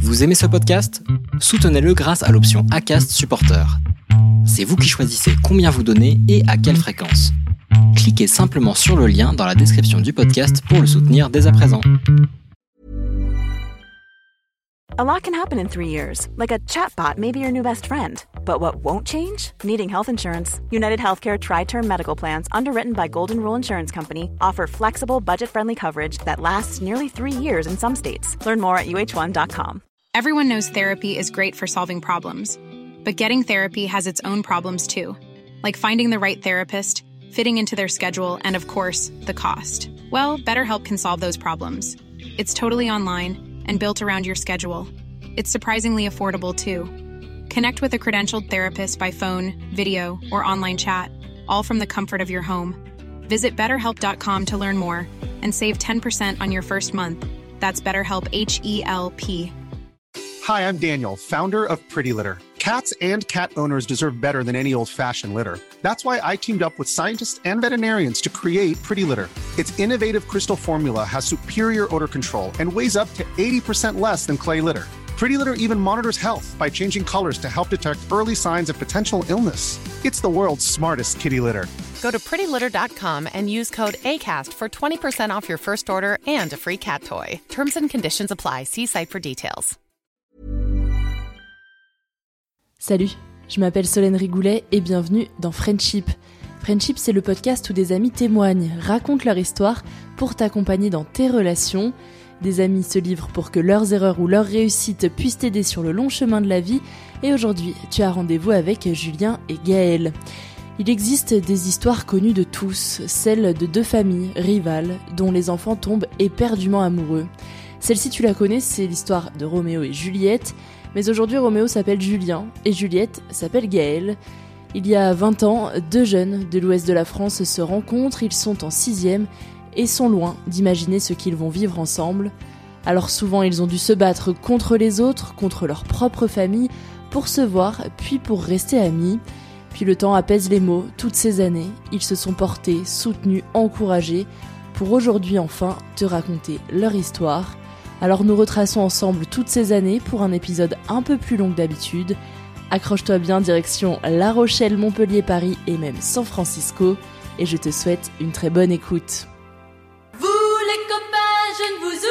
Vous aimez ce podcast ? Soutenez-le grâce à l'option Acast Supporter. C'est vous qui choisissez combien vous donnez et à quelle fréquence. Cliquez simplement sur le lien dans la description du podcast pour le soutenir dès à présent. A lot can happen in 3 years, like a chatbot may be your new best friend. But what won't change? Needing health insurance. United Healthcare Tri-Term Medical Plans, underwritten by Golden Rule Insurance Company, offer flexible, budget-friendly coverage that lasts nearly 3 years in some states. Learn more at uh1.com. Everyone knows therapy is great for solving problems. But getting therapy has its own problems too. Like finding the right therapist, fitting into their schedule, and of course, the cost. Well, BetterHelp can solve those problems. It's totally online and built around your schedule. It's surprisingly affordable, too. Connect with a credentialed therapist by phone, video, or online chat, all from the comfort of your home. Visit BetterHelp.com to learn more and save 10% on your first month. That's BetterHelp, H-E-L-P. Hi, I'm Daniel, founder of Pretty Litter. Cats and cat owners deserve better than any old-fashioned litter. That's why I teamed up with scientists and veterinarians to create Pretty Litter. Its innovative crystal formula has superior odor control and weighs up to 80% less than clay litter. Pretty Litter even monitors health by changing colors to help detect early signs of potential illness. It's the world's smartest kitty litter. Go to prettylitter.com and use code ACAST for 20% off your first order and a free cat toy. Terms and conditions apply. See site for details. Salut, je m'appelle Solène Rigoulet et bienvenue dans Friendship. Friendship, c'est le podcast où des amis témoignent, racontent leur histoire pour t'accompagner dans tes relations. Des amis se livrent pour que leurs erreurs ou leurs réussites puissent t'aider sur le long chemin de la vie. Et aujourd'hui, tu as rendez-vous avec Julien et Gaëlle. Il existe des histoires connues de tous, celles de deux familles rivales dont les enfants tombent éperdument amoureux. Celle-ci, tu la connais, c'est l'histoire de Roméo et Juliette. Mais aujourd'hui, Roméo s'appelle Julien et Juliette s'appelle Gaëlle. Il y a 20 ans, deux jeunes de l'ouest de la France se rencontrent, ils sont en 6e et sont loin d'imaginer ce qu'ils vont vivre ensemble. Alors souvent, ils ont dû se battre contre les autres, contre leur propre famille, pour se voir, puis pour rester amis. Puis le temps apaise les maux, toutes ces années, ils se sont portés, soutenus, encouragés, pour aujourd'hui enfin te raconter leur histoire. Alors nous retraçons ensemble toutes ces années pour un épisode un peu plus long que d'habitude. Accroche-toi bien, direction La Rochelle, Montpellier, Paris et même San Francisco. Et je te souhaite une très bonne écoute. Vous les copains, je ne vous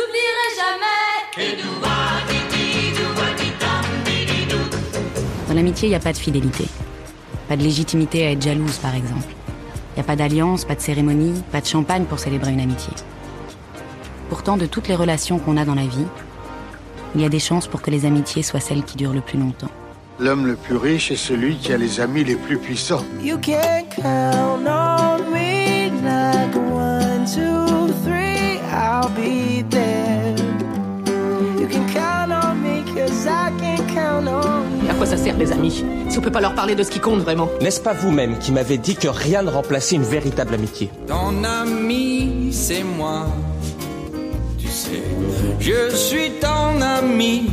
oublierai jamais. Dans l'amitié, il n'y a pas de fidélité. Pas de légitimité à être jalouse, par exemple. Il n'y a pas d'alliance, pas de cérémonie, pas de champagne pour célébrer une amitié. Pourtant, de toutes les relations qu'on a dans la vie, il y a des chances pour que les amitiés soient celles qui durent le plus longtemps. L'homme le plus riche est celui qui a les amis les plus puissants. You can count on me like 1, 2, 3, I'll be there. You can count on me 'cause I can count on you. À quoi ça sert les amis, si on peut pas leur parler de ce qui compte vraiment? N'est-ce pas vous-même qui m'avez dit que rien ne remplaçait une véritable amitié? Ton ami, c'est moi. Tu sais, je suis ton ami.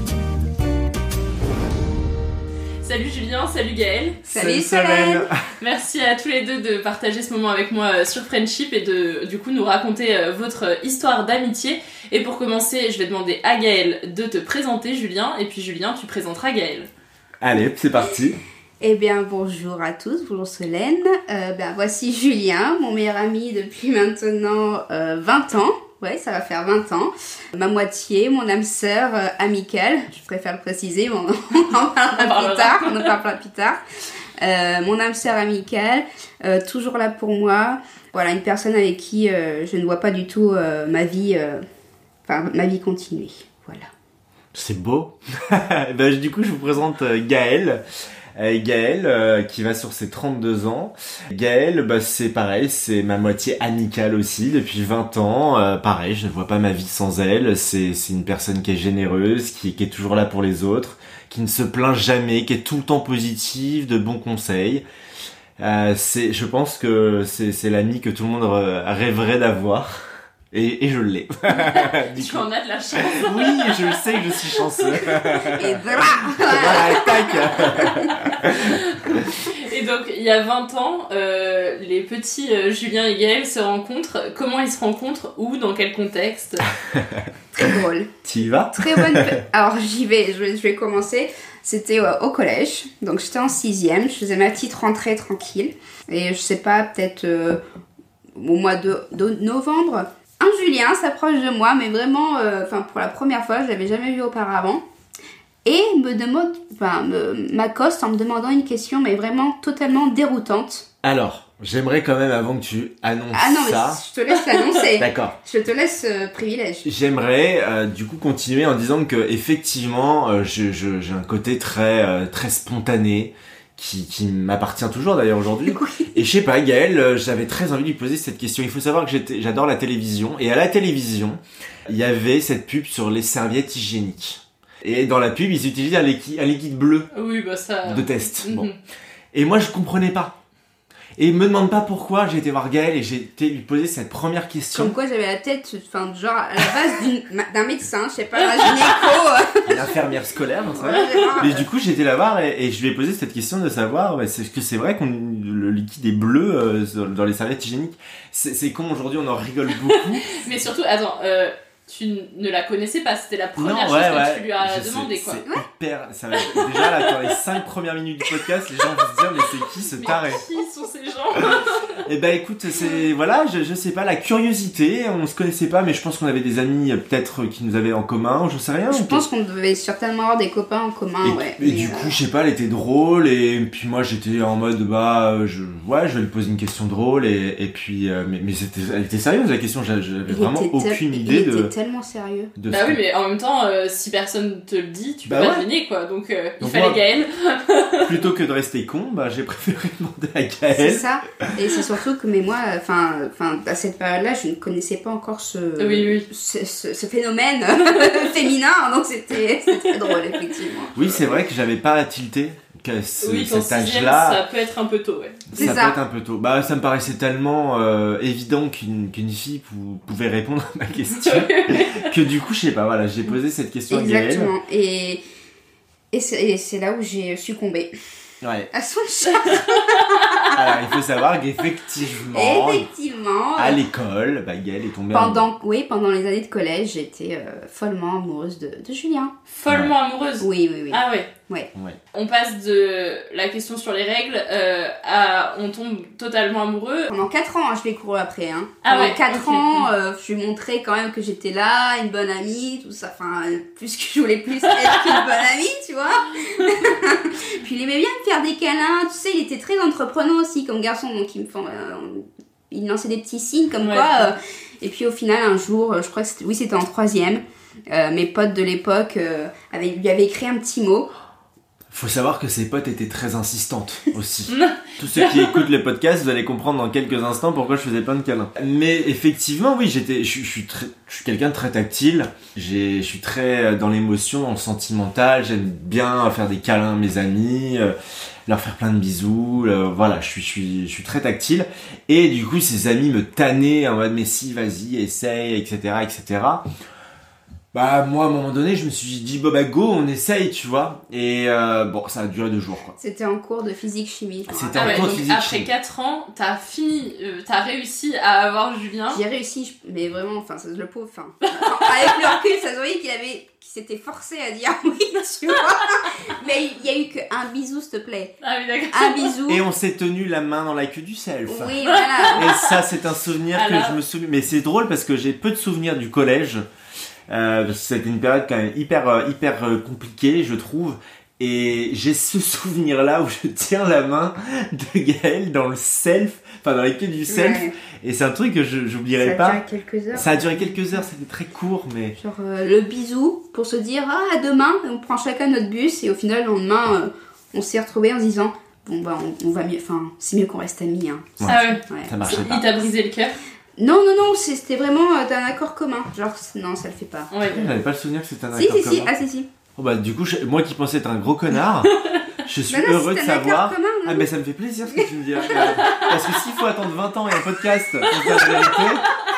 Salut Julien, salut Gaëlle. Salut Solène. Merci à tous les deux de partager ce moment avec moi sur Friendship et de du coup nous raconter votre histoire d'amitié. Et pour commencer, je vais demander à Gaëlle de te présenter Julien, et puis Julien, tu présenteras Gaëlle. Allez, c'est parti. Eh bien, bonjour à tous, bonjour Solène. Voici Julien, mon meilleur ami depuis maintenant 20 ans. Ouais, ça va faire 20 ans. Ma moitié, mon âme sœur amicale, je préfère le préciser, mais on en parlera plus tard. Mon âme sœur amicale, toujours là pour moi. Voilà, une personne avec qui je ne vois pas du tout ma vie continuer. Voilà. C'est beau. Du coup, je vous présente Gaëlle. Gaëlle qui va sur ses 32 ans. Gaëlle, c'est pareil, c'est ma moitié amicale aussi depuis 20 ans. Pareil, je ne vois pas ma vie sans elle. C'est une personne qui est généreuse, qui est toujours là pour les autres, qui ne se plaint jamais, qui est tout le temps positive, de bons conseils. Je pense que c'est l'ami que tout le monde rêverait d'avoir. Et je l'ai. Tu en as de la chance. Oui, je le sais que je suis chanceux. Et voilà, tac. Et donc, il y a 20 ans, les petits Julien et Gaël se rencontrent. Comment ils se rencontrent? Où? Dans quel contexte? Très drôle. Tu y vas? Très bonne. Alors, j'y vais. Je vais commencer. C'était au collège. Donc, j'étais en 6e. Je faisais ma petite rentrée tranquille. Et je sais pas, peut-être au mois de novembre, un Julien s'approche de moi, mais vraiment, pour la première fois, je l'avais jamais vu auparavant. Et m'accoste en me demandant une question, mais vraiment totalement déroutante. Alors, j'aimerais quand même, avant que tu annonces ça... Ah non, mais je te laisse l'annoncer. D'accord. Je te laisse privilège. J'aimerais du coup continuer en disant que effectivement, j'ai un côté très spontané qui m'appartient toujours d'ailleurs aujourd'hui. Oui. Et je sais pas, Gaël, j'avais très envie de lui poser cette question. Il faut savoir que j'adore la télévision. Et à la télévision, il y avait cette pub sur les serviettes hygiéniques. Et dans la pub, ils utilisaient un liquide bleu de test. Mm-hmm. Bon. Et moi, je comprenais pas. Et me demande pas pourquoi, j'ai été voir Gaël et j'ai été lui poser cette première question. Comme quoi j'avais la tête, genre à la base d'un médecin, je sais pas, un gynéco. Une infirmière scolaire, c'est vrai. Mais du coup, j'ai été la voir et je lui ai posé cette question de savoir, est-ce que c'est vrai que le liquide est bleu dans les serviettes hygiéniques? C'est con, aujourd'hui on en rigole beaucoup. Mais surtout, attends, tu ne la connaissais pas, c'était la première chose que tu lui as demandé, quoi. C'est hyper... déjà, là, dans les 5 premières minutes du podcast, les gens vont se dire, mais c'est qui ce taré? Mais qui sont ces gens? Eh ben, écoute, c'est... Voilà, je sais pas, la curiosité, on se connaissait pas, mais je pense qu'on avait des amis, peut-être, qui nous avaient en commun, je sais rien. Je pense qu'on devait certainement avoir des copains en commun, Et du coup, je sais pas, elle était drôle, et puis moi, j'étais en mode, je vais lui poser une question drôle, et puis, mais elle était sérieuse, la question, j'avais vraiment aucune idée de... tellement sérieux. Bah oui, mais en même temps, si personne te le dit, tu peux pas deviner, quoi. Donc il fallait moi, Gaël. Plutôt que de rester con, j'ai préféré demander à Gaël. C'est ça. Et c'est surtout que, mais moi, à cette période-là, je ne connaissais pas encore ce phénomène féminin, donc c'était très drôle, effectivement. Oui, c'est vrai que j'avais pas tilté. Cet âge-là, ça peut être un peu tôt, ouais. Ça peut être un peu tôt. Ça me paraissait tellement évident qu'une fille pouvait répondre à ma question que du coup, je sais pas, voilà, j'ai posé cette question à Gaël. Exactement. Et c'est là où j'ai succombé. Ouais. À son charme. Alors, il faut savoir qu'effectivement, à l'école, Gaël est tombée pendant les années de collège, j'étais follement amoureuse de Julien. Follement amoureuse? Oui. Ah ouais. Ouais. On passe de la question sur les règles à on tombe totalement amoureux. Pendant 4 ans, je l'ai couru après. Ah pendant ouais, 4 ans, je lui montrais quand même que j'étais là, une bonne amie, tout ça. Plus que je voulais plus être qu'une bonne amie, tu vois. Puis il aimait bien me faire des câlins, tu sais, il était très entreprenant aussi comme garçon, donc il lançait des petits signes comme quoi. Et puis au final, un jour, je crois que c'était en 3e, mes potes de l'époque lui avaient écrit un petit mot. Faut savoir que ses potes étaient très insistantes aussi. Tous ceux qui écoutent le podcast, vous allez comprendre dans quelques instants pourquoi je faisais plein de câlins. Mais effectivement, oui, je suis quelqu'un de très tactile. Je suis très dans l'émotion, dans le sentimental. J'aime bien faire des câlins à mes amis, leur faire plein de bisous. Voilà, je suis très tactile. Et du coup, ses amis me tannaient en mode mais si, vas-y, essaye, etc., etc. Moi, à un moment donné, je me suis dit, go, on essaye, tu vois. Et ça a duré 2 jours, quoi. C'était en cours de physique-chimie. C'était en cours de physique-chimie. Après 4 ans, t'as réussi à avoir Julien. J'ai réussi, mais vraiment, le pauvre, avec le recul, ça se voyait qu'il s'était forcé à dire oui, tu vois. Mais il y a eu qu'un bisou, s'il te plaît. Ah oui, d'accord. Un bisou. Et on s'est tenu la main dans la queue du self. Oui, voilà. Et ça, c'est un souvenir que je me souviens. Mais c'est drôle parce que j'ai peu de souvenirs du collège. C'était une période quand même hyper compliquée, je trouve. Et j'ai ce souvenir-là où je tiens la main de Gaël dans le self, dans la queue du self. Ouais. Et c'est un truc que j'oublierai pas. Ça a duré quelques heures. Ça a duré quelques heures, c'était très court, mais... Genre le bisou pour se dire à demain, on prend chacun notre bus. Et au final, le lendemain, on s'est retrouvés en se disant on va mieux, c'est mieux qu'on reste amis. Ouais. Ah ouais. Ça marchait pas. Il t'a brisé le cœur? Non, c'était vraiment d'un accord commun. Genre, non, ça le fait pas. Ouais. J'avais pas le souvenir que c'était un accord commun. Si. Du coup, moi qui pensais être un gros connard, je suis heureux de savoir. Commun, mais ça me fait plaisir ce que tu me dis. Parce que s'il faut attendre 20 ans et un podcast pour dire la vérité,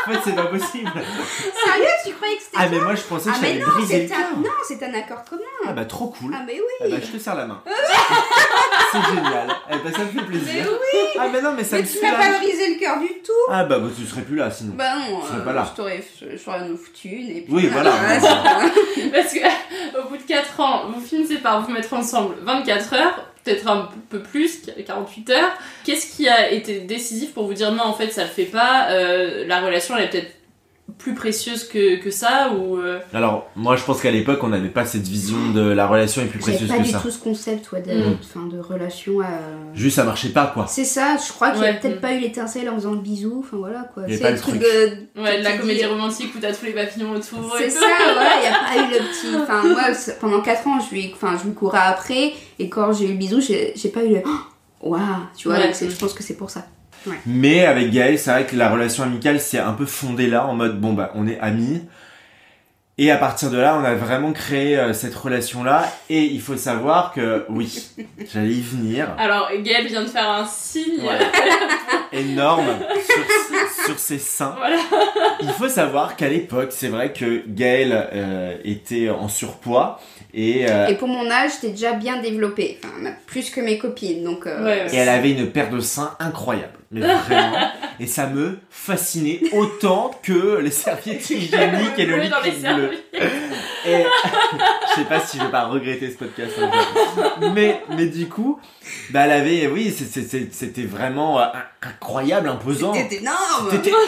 En fait, c'est pas possible. Sérieux, tu croyais que c'était Ah, mais moi, je pensais que j'allais briser le cœur. Non, c'est un accord commun. Ah bah trop cool. Ah mais oui. Eh bah, je te serre la main. C'est génial. Eh bah, ça me fait plaisir. Mais oui. Ah mais non, mais ça me tu m'as pas brisé le cœur du tout. Ah bah tu serais plus là sinon. Bah non, tu serais pas là. je t'aurais nous foutu une et puis... Oui, voilà. Parce que au bout de 4 ans, vous finissez par vous mettre ensemble 24 heures, peut-être un peu plus, 48 heures. Qu'est-ce qui a été décisif pour vous dire non, en fait, ça le fait pas, la relation elle est peut-être plus précieuse que ça ou Alors moi je pense qu'à l'époque on n'avait pas cette vision de la relation est plus précieuse que ça. J'avais pas du tout ce concept de relation à... Juste ça marchait pas quoi. C'est ça, je crois qu'il y a peut-être pas eu l'étincelle en faisant le bisou, enfin voilà quoi. Il y c'est a pas le le truc de la comédie romantique où t'as tous les papillons autour. C'est ça, voilà, il y a pas eu le petit... Enfin moi pendant 4 ans je lui courais après et quand j'ai eu le bisou j'ai pas eu le... Waouh, tu vois, donc je pense que c'est pour ça. Ouais. Mais avec Gaël, c'est vrai que la relation amicale s'est un peu fondée là, en mode bon bah on est amis. Et à partir de là, on a vraiment créé cette relation-là. Et il faut savoir que, oui, j'allais y venir. Alors Gaël vient de faire un signe énorme sur ses seins. Voilà. Il faut savoir qu'à l'époque, c'est vrai que Gaël était en surpoids. Et pour mon âge, j'étais déjà bien développée, enfin plus que mes copines, donc. Et elle avait une paire de seins incroyable, mais vraiment. Et ça me fascinait autant que les serviettes hygiéniques et le liquide bleu. Et je sais pas si je vais pas regretter ce podcast. Mais du coup, bah elle avait, oui, c'était vraiment incroyable, imposant. C'était énorme.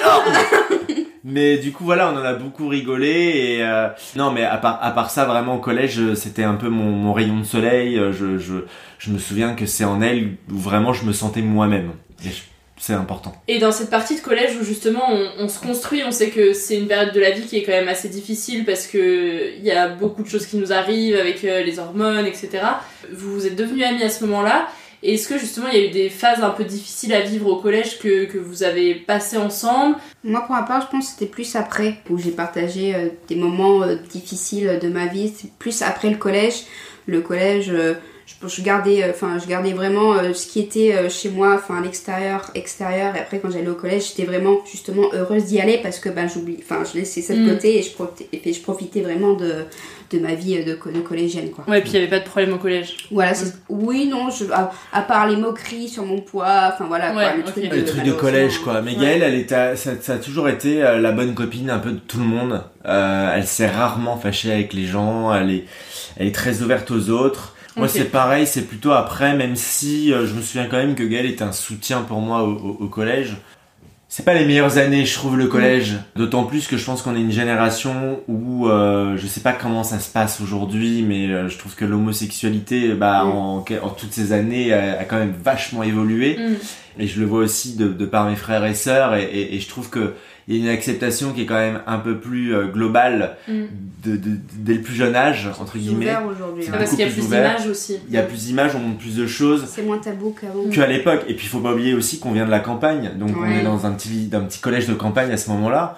Mais du coup voilà, on en a beaucoup rigolé et non mais à part ça vraiment au collège c'était un peu mon rayon de soleil. Je me souviens que c'est en elle où vraiment je me sentais moi-même. Et c'est important. Et dans cette partie de collège où justement on se construit, on sait que c'est une période de la vie qui est quand même assez difficile parce que il y a beaucoup de choses qui nous arrivent avec les hormones, etc. Vous êtes devenus amis à ce moment-là. Est-ce que justement il y a eu des phases un peu difficiles à vivre au collège que vous avez passées ensemble ? Moi pour ma part je pense que c'était plus après où j'ai partagé des moments difficiles de ma vie. C'est plus après le collège. Le collège, je gardais vraiment ce qui était chez moi, enfin à l'extérieur. Et après quand j'allais au collège j'étais vraiment justement heureuse d'y aller parce que je laissais ça de côté et je profitais vraiment de ma vie de collégienne quoi. Ouais, puis il y avait pas de problème au collège. Voilà, oui, non, à part les moqueries sur mon poids, enfin voilà quoi, le truc de collège quoi. Mais Gaëlle, ça a toujours été la bonne copine un peu de tout le monde. Elle s'est rarement fâchée avec les gens, elle est très ouverte aux autres. Moi c'est pareil, c'est plutôt après, même si je me souviens quand même que Gaëlle était un soutien pour moi au collège. C'est pas les meilleures années, je trouve, le collège. D'autant plus que je pense qu'on est une génération où, je sais pas comment ça se passe aujourd'hui, mais je trouve que l'homosexualité, en toutes ces années, a quand même vachement évolué. Et je le vois aussi de par mes frères et sœurs, et je trouve que il y a une acceptation qui est quand même un peu plus globale dès le plus jeune âge, entre guillemets. C'est ouvert aujourd'hui. Parce qu'il y a plus d'images aussi. Il y a plus d'images, on montre plus de choses. C'est moins tabou qu'avant. Qu'à l'époque. Et puis il faut pas oublier aussi qu'on vient de la campagne. Donc on est dans un petit collège de campagne à ce moment-là.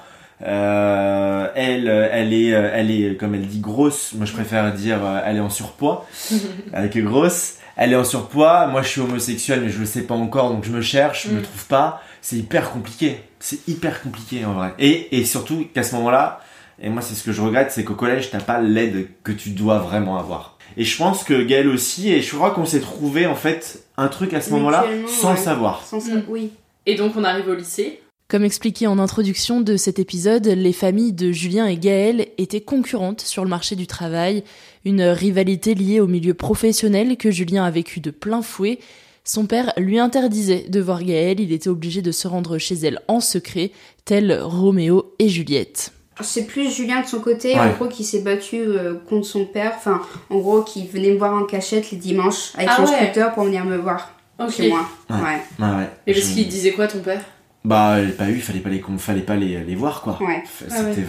Elle est, comme elle dit, grosse. Moi je préfère dire elle est en surpoids. Avec grosse. Elle est en surpoids, moi je suis homosexuel mais je le sais pas encore donc je me cherche, je me trouve pas. C'est hyper compliqué en vrai. Et surtout qu'à ce moment-là, et moi c'est ce que je regrette, c'est qu'au collège t'as pas l'aide que tu dois vraiment avoir. Et je pense que Gaëlle aussi, et je crois qu'on s'est trouvé en fait un truc à ce moment-là sans le savoir. Oui. Et donc on arrive au lycée. Comme expliqué en introduction de cet épisode, les familles de Julien et Gaëlle étaient concurrentes sur le marché du travail, une rivalité liée au milieu professionnel que Julien a vécu de plein fouet. Son père lui interdisait de voir Gaëlle, il était obligé de se rendre chez elle en secret, tel Roméo et Juliette. C'est plus Julien de son côté, en gros, qui s'est battu contre son père, enfin, en gros, qui venait me voir en cachette les dimanches avec son scooter pour venir me voir chez moi. Ouais. Et parce qu'il disait quoi ton père ? Bah, il fallait pas les voir quoi. Ouais. C'était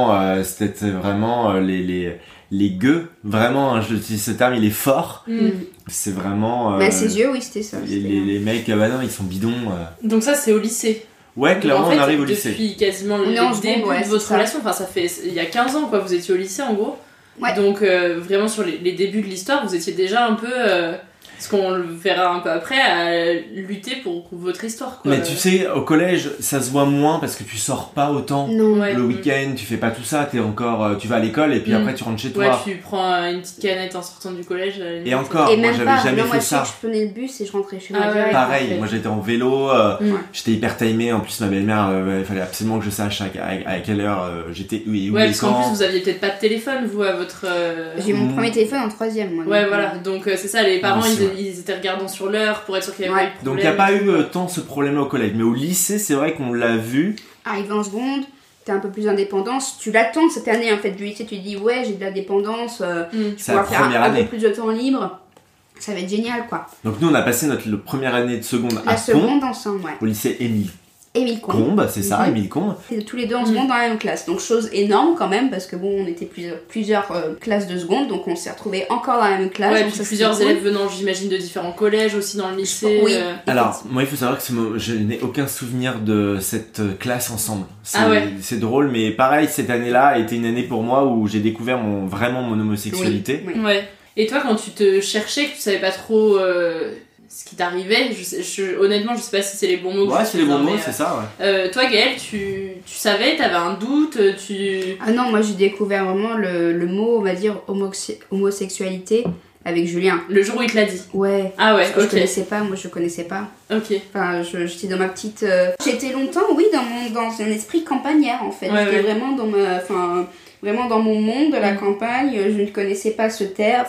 vraiment les gueux, vraiment, je dis ce terme, il est fort. C'est vraiment ses yeux, oui, c'était ça. Les mecs, non, ils sont bidons. Donc ça c'est au lycée. Ouais, clairement, en fait, on arrive au lycée. Depuis quasiment le début de votre relation, enfin ça fait il y a 15 ans quoi, vous étiez au lycée en gros. Ouais. Donc vraiment sur les débuts de l'histoire, vous étiez déjà un peu Parce qu'on le verra un peu après, à lutter pour votre histoire, quoi. Mais tu sais, au collège, ça se voit moins parce que tu sors pas autant. Non. Le week-end, tu fais pas tout ça, t'es encore, tu vas à l'école et puis après tu rentres chez toi. Ouais, tu prends une petite canette en sortant du collège. Et encore, moi j'avais jamais fait ça. Je prenais le bus et je rentrais chez moi. Pareil, moi j'étais en vélo, j'étais hyper timé. En plus, ma belle-mère, il fallait absolument que je sache à quelle heure j'étais où et parce quand. qu'en plus, vous aviez peut-être pas de téléphone, vous, à votre. J'ai mon premier téléphone en 3ème, moi. Ouais, voilà. Donc c'est ça, les parents, ils étaient regardants sur l'heure pour être sûr qu'il y avait pas eu de problème. Donc il n'y a pas eu tant ce problème-là au collège. Mais au lycée, c'est vrai qu'on l'a vu. Arrivé en seconde, t'as un peu plus d'indépendance. Tu l'attends cette année, en fait, du lycée. Tu te dis, ouais, j'ai de l'indépendance. C'est la première année. Un peu plus de temps libre. Ça va être génial, quoi. Donc nous, on a passé notre première année de seconde à seconde ensemble, au lycée Émile Combes, c'est ça, Émile Combes. Et tous les deux en seconde dans la même classe. Donc chose énorme quand même, parce que bon, on était plusieurs classes de seconde, donc on s'est retrouvés encore dans la même classe. Ouais, donc puis plusieurs élèves venant, j'imagine, de différents collèges aussi dans le lycée. Oui. Alors, moi, il faut savoir que je n'ai aucun souvenir de cette classe ensemble. C'est drôle, mais pareil, cette année-là a été une année pour moi où j'ai découvert vraiment mon homosexualité. Oui. Ouais. Et toi, quand tu te cherchais, que tu savais pas trop ce qui t'arrivait, honnêtement, je sais pas si c'est les bons mots. Ouais, c'est les bons mots, c'est ça, ouais. Toi, Gaëlle, tu savais, t'avais un doute, Ah non, moi j'ai découvert vraiment le mot, on va dire, homosexualité avec Julien. Le jour où il te l'a dit. Ouais. Ah ouais, ok. Je connaissais pas. Ok. Enfin, j'étais dans ma petite... J'étais longtemps, oui, dans un esprit campagnard, en fait. Ouais, j'étais vraiment dans vraiment dans mon monde de la campagne, je ne connaissais pas ce terme,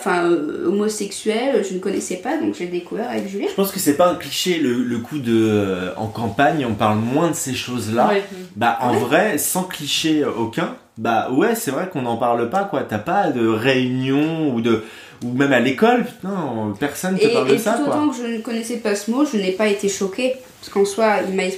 homosexuel, je ne connaissais pas, donc j'ai découvert avec Julien. Je pense que c'est pas un cliché, le coup de en campagne, on parle moins de ces choses-là. Ouais. En vrai, sans cliché aucun, ouais, c'est vrai qu'on n'en parle pas, quoi. T'as pas de réunion ou même à l'école, putain, personne te parle de ça, quoi. Et tout autant que je ne connaissais pas ce mot, je n'ai pas été choquée, parce qu'en soi, il m'a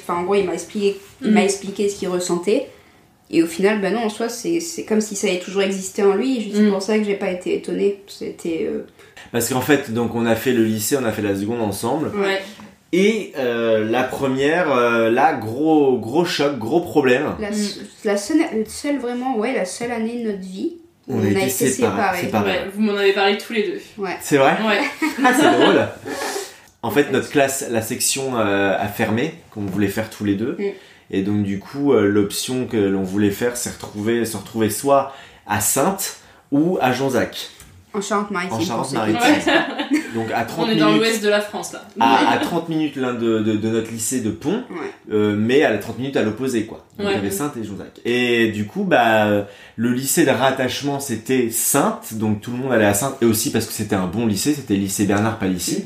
expliqué ce qu'il ressentait. Et au final, non, en soi, c'est comme si ça avait toujours existé en lui. C'est pour ça que j'ai pas été étonnée. C'était... Parce qu'en fait, donc on a fait le lycée, on a fait la seconde ensemble. Ouais. Et la première, là, gros choc, gros problème. La seule vraiment, la seule année de notre vie où on a été séparés. Ouais, vous m'en avez parlé tous les deux. Ouais. C'est vrai ? Ouais. C'est drôle. En fait, notre classe, la section a fermé, qu'on voulait faire tous les deux. Et donc du coup, l'option que l'on voulait faire, c'est se retrouver soit à Saintes ou à Jonzac. En Charente-Maritime. Ouais. Donc à 30 On est minutes, dans l'ouest de la France, là. À 30 minutes l'un de notre lycée de Pont, mais à 30 minutes à l'opposé, quoi. Donc il y avait Saintes et Jonzac. Et du coup, le lycée de rattachement, c'était Saintes, donc tout le monde allait à Saintes, et aussi parce que c'était un bon lycée, c'était le lycée Bernard Palissy.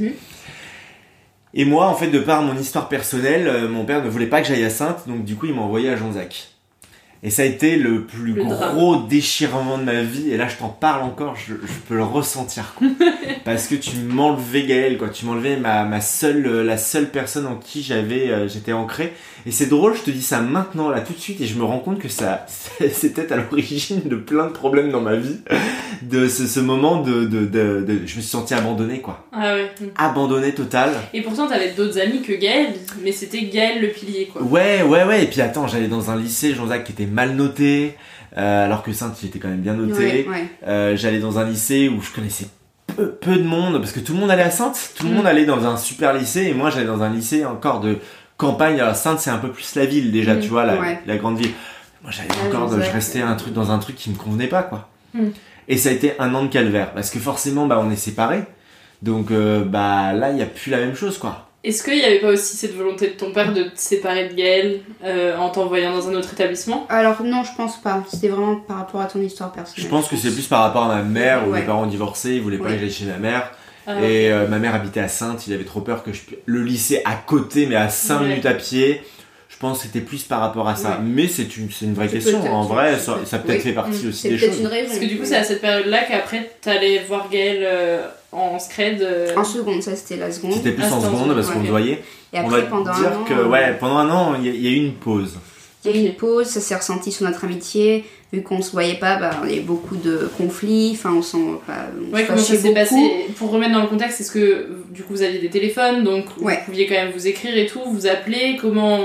Et moi, en fait, de par mon histoire personnelle, mon père ne voulait pas que j'aille à Saintes, donc du coup, il m'a envoyé à Jonzac. Et ça a été le plus gros déchirement de ma vie, et là, je t'en parle encore, je peux le ressentir, quoi. Parce que tu m'enlevais Gaëlle, quoi. Tu m'enlevais la seule personne en qui j'étais ancré. Et c'est drôle, je te dis ça maintenant, là, tout de suite, et je me rends compte que c'était à l'origine de plein de problèmes dans ma vie. De ce moment je me suis senti abandonné, quoi. Ah ouais. Abandonné total. Et pourtant, t'avais d'autres amis que Gaëlle, mais c'était Gaëlle le pilier, quoi. Ouais. Et puis attends, j'allais dans un lycée, Jonzac, qui était mal noté, alors que Saintes, il était quand même bien noté. J'allais dans un lycée où je connaissais peu de monde, parce que tout le monde allait à Saintes. Tout le monde allait dans un super lycée, et moi, j'allais dans un lycée encore de campagne. Alors Saintes, c'est un peu plus la ville, déjà, tu vois, la grande ville. Moi, je restais dans un truc qui me convenait pas, quoi. Et ça a été un an de calvaire, parce que forcément, on est séparés. Donc, là, il n'y a plus la même chose, quoi. Est-ce qu'il n'y avait pas aussi cette volonté de ton père de te séparer de Gaëlle en t'envoyant dans un autre établissement ? Alors non, je pense pas. C'était vraiment par rapport à ton histoire personnelle. Je pense que c'est plus par rapport à ma mère, où mes parents ont divorcé, ils voulaient pas que j'aille chez ma mère. Et ma mère habitait à Saintes, il avait trop peur que le lycée à côté, mais à 5 minutes à pied. Je pense que c'était plus par rapport à ça. Mais c'est une vraie question. En vrai, ça peut-être fait partie aussi des choses. Une raison. Parce que du coup, c'est à cette période-là qu'après, t'allais voir Gaëlle en scred. En seconde, ça c'était la seconde. C'était plus en seconde parce qu'on le voyait. Et après, pendant un an. Pendant un an, il y a eu une pause. Il y a eu une pause, ça s'est ressenti sur notre amitié. Vu qu'on se voyait pas, il y a eu beaucoup de conflits. Enfin, on s'en. Comment ça s'est passé ? Pour remettre dans le contexte, est-ce que du coup vous aviez des téléphones, donc vous pouviez quand même vous écrire et tout, vous appeler ? Comment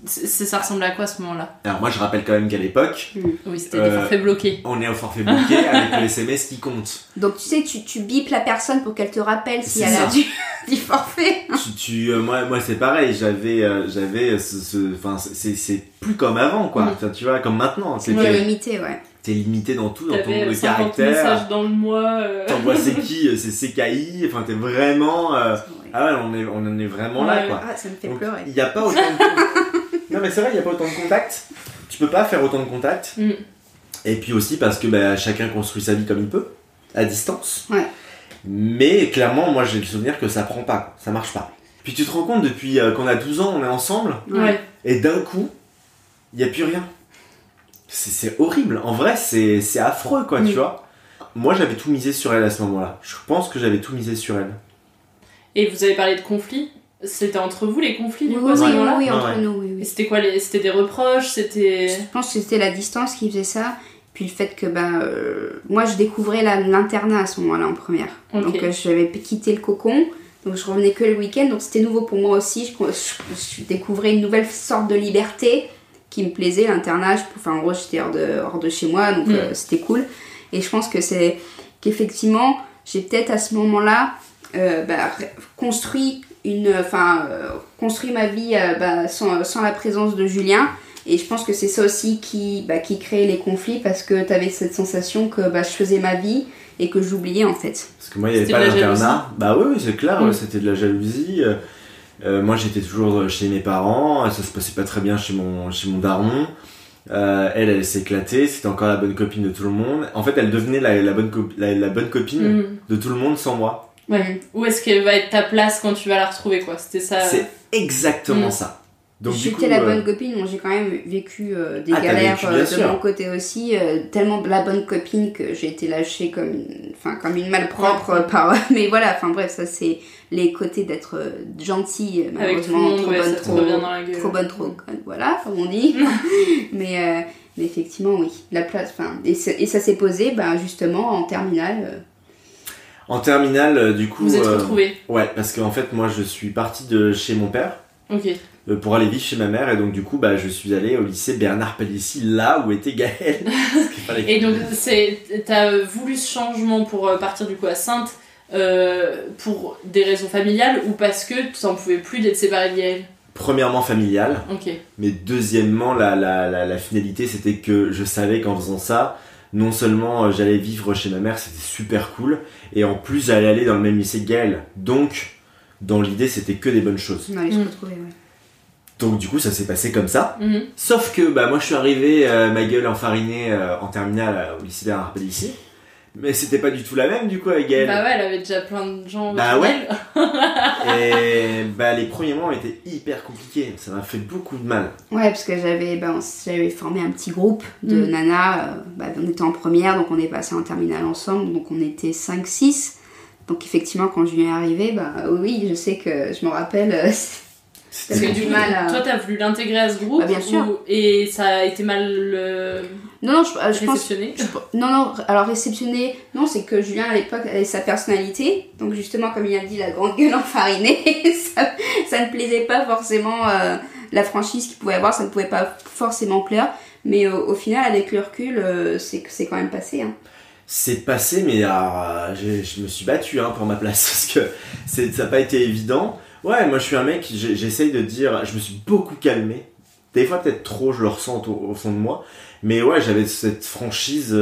Ça ressemble à quoi à ce moment-là? Alors moi je rappelle quand même qu'à l'époque... Oui, c'était des forfaits bloqués. On est au forfait bloqué avec le SMS qui compte. Donc tu sais, tu bipes la personne pour qu'elle te rappelle si elle a du forfait. Moi c'est pareil, j'avais enfin c'est plus comme avant quoi. Enfin, tu vois, comme maintenant. C'est limité, ouais. T'es limité dans tout, dans ton le caractère. messages dans le mois. T'envoies c'est qui, c'est CKI. Enfin t'es vraiment. Ah ouais, on en est vraiment là quoi. Ah, ça me fait pleurer. Il y a pas autant de. Non mais c'est vrai, il y a pas autant de contacts. Tu peux pas faire autant de contacts. Et puis aussi parce que chacun construit sa vie comme il peut, à distance. Ouais. Mais clairement, moi j'ai le souvenir que ça prend pas, ça marche pas. Puis tu te rends compte depuis qu'on a 12 ans, on est ensemble. Ouais. Et d'un coup, il y a plus rien. C'est horrible. En vrai, c'est affreux quoi, tu vois. Moi j'avais tout misé sur elle à ce moment-là. Je pense que j'avais tout misé sur elle. Et vous avez parlé de conflits? C'était entre vous les conflits du coup, à ce Oui, moment-là? entre nous, oui. Et c'était quoi C'était des reproches? C'était... Je pense que c'était la distance qui faisait ça. Puis le fait que moi je découvrais l'internat à ce moment-là en première. Okay. Donc j'avais quitté le cocon. Donc je revenais que le week-end. Donc c'était nouveau pour moi aussi. Je découvrais une nouvelle sorte de liberté qui me plaisait, l'internat. En gros j'étais hors de chez moi. Donc c'était cool. Et je pense que c'est qu'effectivement j'ai peut-être à ce moment-là construit ma vie sans la présence de Julien. Et je pense que c'est ça aussi qui crée les conflits, parce que t'avais cette sensation que je faisais ma vie et que j'oubliais en fait. Parce que moi il n'y avait pas l'internat. Bah oui, c'est clair, c'était de la jalousie. Moi j'étais toujours chez mes parents, ça se passait pas très bien chez mon daron. Elle s'éclatait, c'était encore la bonne copine de tout le monde. En fait elle devenait la bonne copine de tout le monde sans moi. Ouais. Où est-ce qu'elle va être ta place quand tu vas la retrouver quoi? C'était ça. C'est exactement ça. Donc, j'étais la bonne copine, j'ai quand même vécu des galères de mon côté aussi, tellement la bonne copine que j'ai été lâchée comme une malpropre par... Mais voilà, bref, ça c'est les côtés d'être gentille, malheureusement, trop bonne, voilà, comme on dit. mais effectivement, oui, la place, et ça s'est posé justement en terminale. En terminale, du coup... Vous êtes retrouvés? Ouais, parce qu'en fait, moi je suis partie de chez mon père. Ok. Pour aller vivre chez ma mère, et donc du coup je suis allé au lycée Bernard Palissy, là où était Gaëlle. Et donc t'as voulu ce changement pour partir du coup à Saintes pour des raisons familiales, ou parce que tu n'en pouvais plus d'être séparé de Gaëlle? Premièrement familiale, okay. Mais deuxièmement la finalité c'était que je savais qu'en faisant ça, non seulement j'allais vivre chez ma mère, c'était super cool, et en plus j'allais aller dans le même lycée que Gaëlle, donc dans l'idée c'était que des bonnes choses. On allait se retrouver, ouais. Donc du coup ça s'est passé comme ça, sauf que moi je suis arrivé ma gueule enfarinée en terminale au lycée Bernard Palissy, mais c'était pas du tout la même du coup avec Gaëlle. Bah ouais, elle avait déjà plein de gens. Bah ouais. Et les premiers mois ont été hyper compliqués, ça m'a fait beaucoup de mal. Ouais, parce que j'avais formé un petit groupe de nanas, on était en première, donc on est passé en terminale ensemble, donc on était 5-6. Donc effectivement quand Julien est arrivé, oui, je sais que je me rappelle... Parce que du coup, toi t'as voulu l'intégrer à ce groupe, bien sûr. Et ça a été mal réceptionné. Alors réceptionné, non, c'est que Julien à l'époque avait sa personnalité, donc justement comme il a dit, la grande gueule enfarinée, ça ne plaisait pas forcément, la franchise qu'il pouvait avoir, ça ne pouvait pas forcément plaire, mais au final avec le recul, c'est quand même passé. Hein. C'est passé, mais je me suis battu pour ma place, parce que ça n'a pas été évident. Ouais, moi je suis un mec, j'essaye de dire, je me suis beaucoup calmé. Des fois peut-être trop, je le ressens au fond de moi. Mais ouais, j'avais cette franchise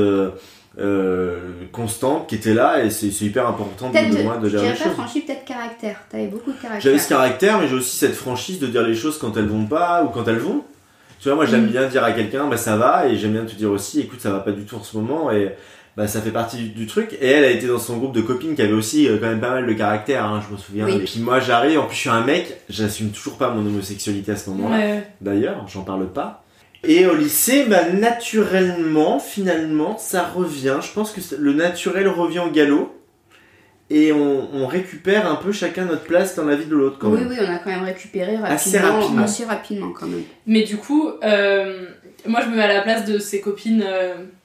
constante qui était là, et c'est hyper important de moi de dire les choses. Tu n'avais pas franchi, peut-être caractère. T'avais beaucoup de caractère. J'avais ce caractère, mais j'ai aussi cette franchise de dire les choses quand elles vont pas ou quand elles vont. Tu vois, moi j'aime bien dire à quelqu'un, ça va, et j'aime bien te dire aussi, écoute, ça va pas du tout en ce moment, et... ça fait partie du truc. Et elle a été dans son groupe de copines qui avait aussi quand même pas mal de caractère, je me souviens. Oui. Et puis moi j'arrive, en plus je suis un mec, j'assume toujours pas mon homosexualité à ce moment-là. Ouais. D'ailleurs, j'en parle pas. Et au lycée, naturellement, finalement, ça revient. Je pense que le naturel revient au galop. Et on récupère un peu chacun notre place dans la vie de l'autre quand même. Oui, on a quand même récupéré assez rapidement quand même. Mais du coup, moi je me mets à la place de ses copines...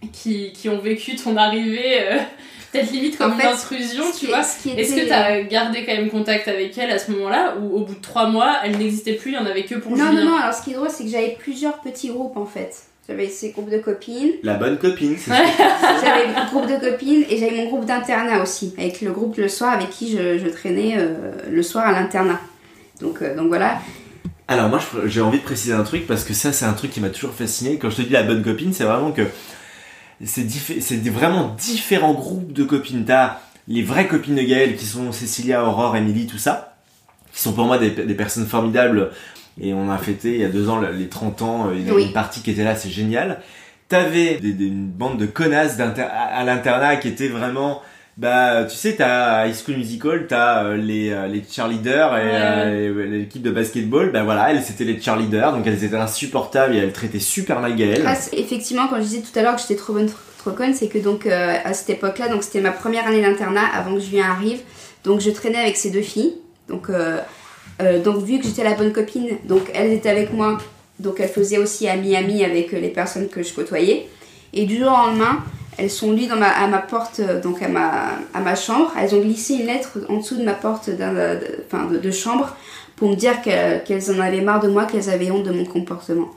qui ont vécu ton arrivée peut-être limite comme une intrusion, tu vois. Est-ce que t'as gardé quand même contact avec elle à ce moment-là, ou au bout de 3 mois, elle n'existait plus, il y en avait que pour Julien? Non, alors ce qui est drôle, c'est que j'avais plusieurs petits groupes en fait. J'avais ces groupes de copines. La bonne copine, c'est J'avais mon groupe de copines et j'avais mon groupe d'internat aussi, avec le groupe le soir avec qui je traînais le soir à l'internat. Donc voilà. Alors moi j'ai envie de préciser un truc parce que ça c'est un truc qui m'a toujours fasciné. Quand je te dis la bonne copine, c'est vraiment que c'est vraiment différents groupes de copines. T'as les vraies copines de Gaëlle qui sont Cécilia, Aurore, Émilie, tout ça, qui sont pour moi des personnes formidables. Et on a fêté il y a 2 ans les 30 ans, il y a une partie qui était là, c'est génial. T'avais une bande de connasses à l'internat qui étaient vraiment... Bah, tu sais, t'as High School Musical, t'as les cheerleaders et l'équipe de basketball. Bah voilà, elles c'était les cheerleaders, donc elles étaient insupportables et elles traitaient super mal Gaëlle. Effectivement, quand je disais tout à l'heure que j'étais trop bonne, trop conne, c'est que donc à cette époque-là, donc c'était ma première année d'internat avant que Julien arrive, donc je traînais avec ces 2 filles. Donc vu que j'étais la bonne copine, donc elles étaient avec moi, donc elles faisaient aussi ami-ami avec les personnes que je côtoyais. Et du jour au lendemain, elles sont venues à ma porte, donc à ma chambre. Elles ont glissé une lettre en dessous de ma porte de chambre pour me dire qu'elles en avaient marre de moi, qu'elles avaient honte de mon comportement.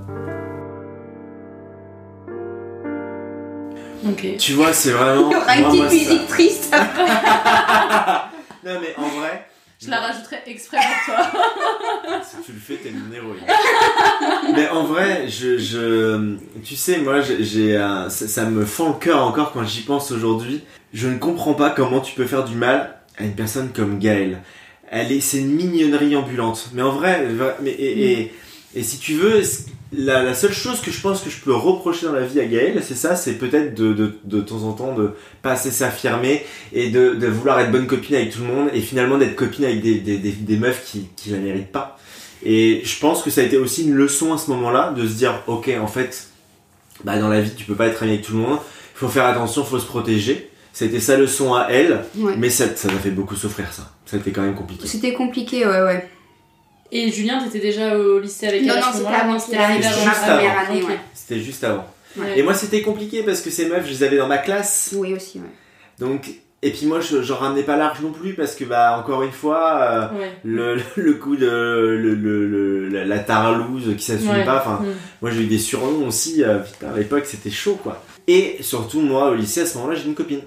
Ok. Tu vois, c'est vraiment... Il y aura une petite musique triste. Non mais en vrai... Je la rajouterai exprès pour toi. Si tu le fais, t'es une héroïne. Mais en vrai, tu sais, moi, ça me fend le cœur encore quand j'y pense aujourd'hui. Je ne comprends pas comment tu peux faire du mal à une personne comme Gaëlle. C'est une mignonnerie ambulante. Mais en vrai, et si tu veux, la seule chose que je pense que je peux reprocher dans la vie à Gaëlle, c'est ça, c'est peut-être de temps en temps de pas assez s'affirmer et de vouloir être bonne copine avec tout le monde et finalement d'être copine avec des meufs qui la méritent pas. Et je pense que ça a été aussi une leçon à ce moment-là de se dire, ok, en fait, bah dans la vie tu peux pas être ami avec tout le monde, il faut faire attention, il faut se protéger. C'était sa leçon à elle, mais ça m'a fait beaucoup souffrir ça. Ça a été quand même compliqué. C'était compliqué, ouais. Et Julien, t'étais déjà au lycée avec elle? Non, c'était avant, c'était ma première année, ouais. C'était juste avant. Ouais. Et moi, c'était compliqué parce que ces meufs, je les avais dans ma classe. Oui, aussi, ouais. Donc, et puis moi, j'en ramenais pas large non plus parce que, bah, encore une fois, le coup de la taralouse qui s'assume pas. Enfin, moi, j'ai eu des surnoms aussi. Putain, à l'époque, c'était chaud, quoi. Et surtout, moi, au lycée, à ce moment-là, j'ai une copine.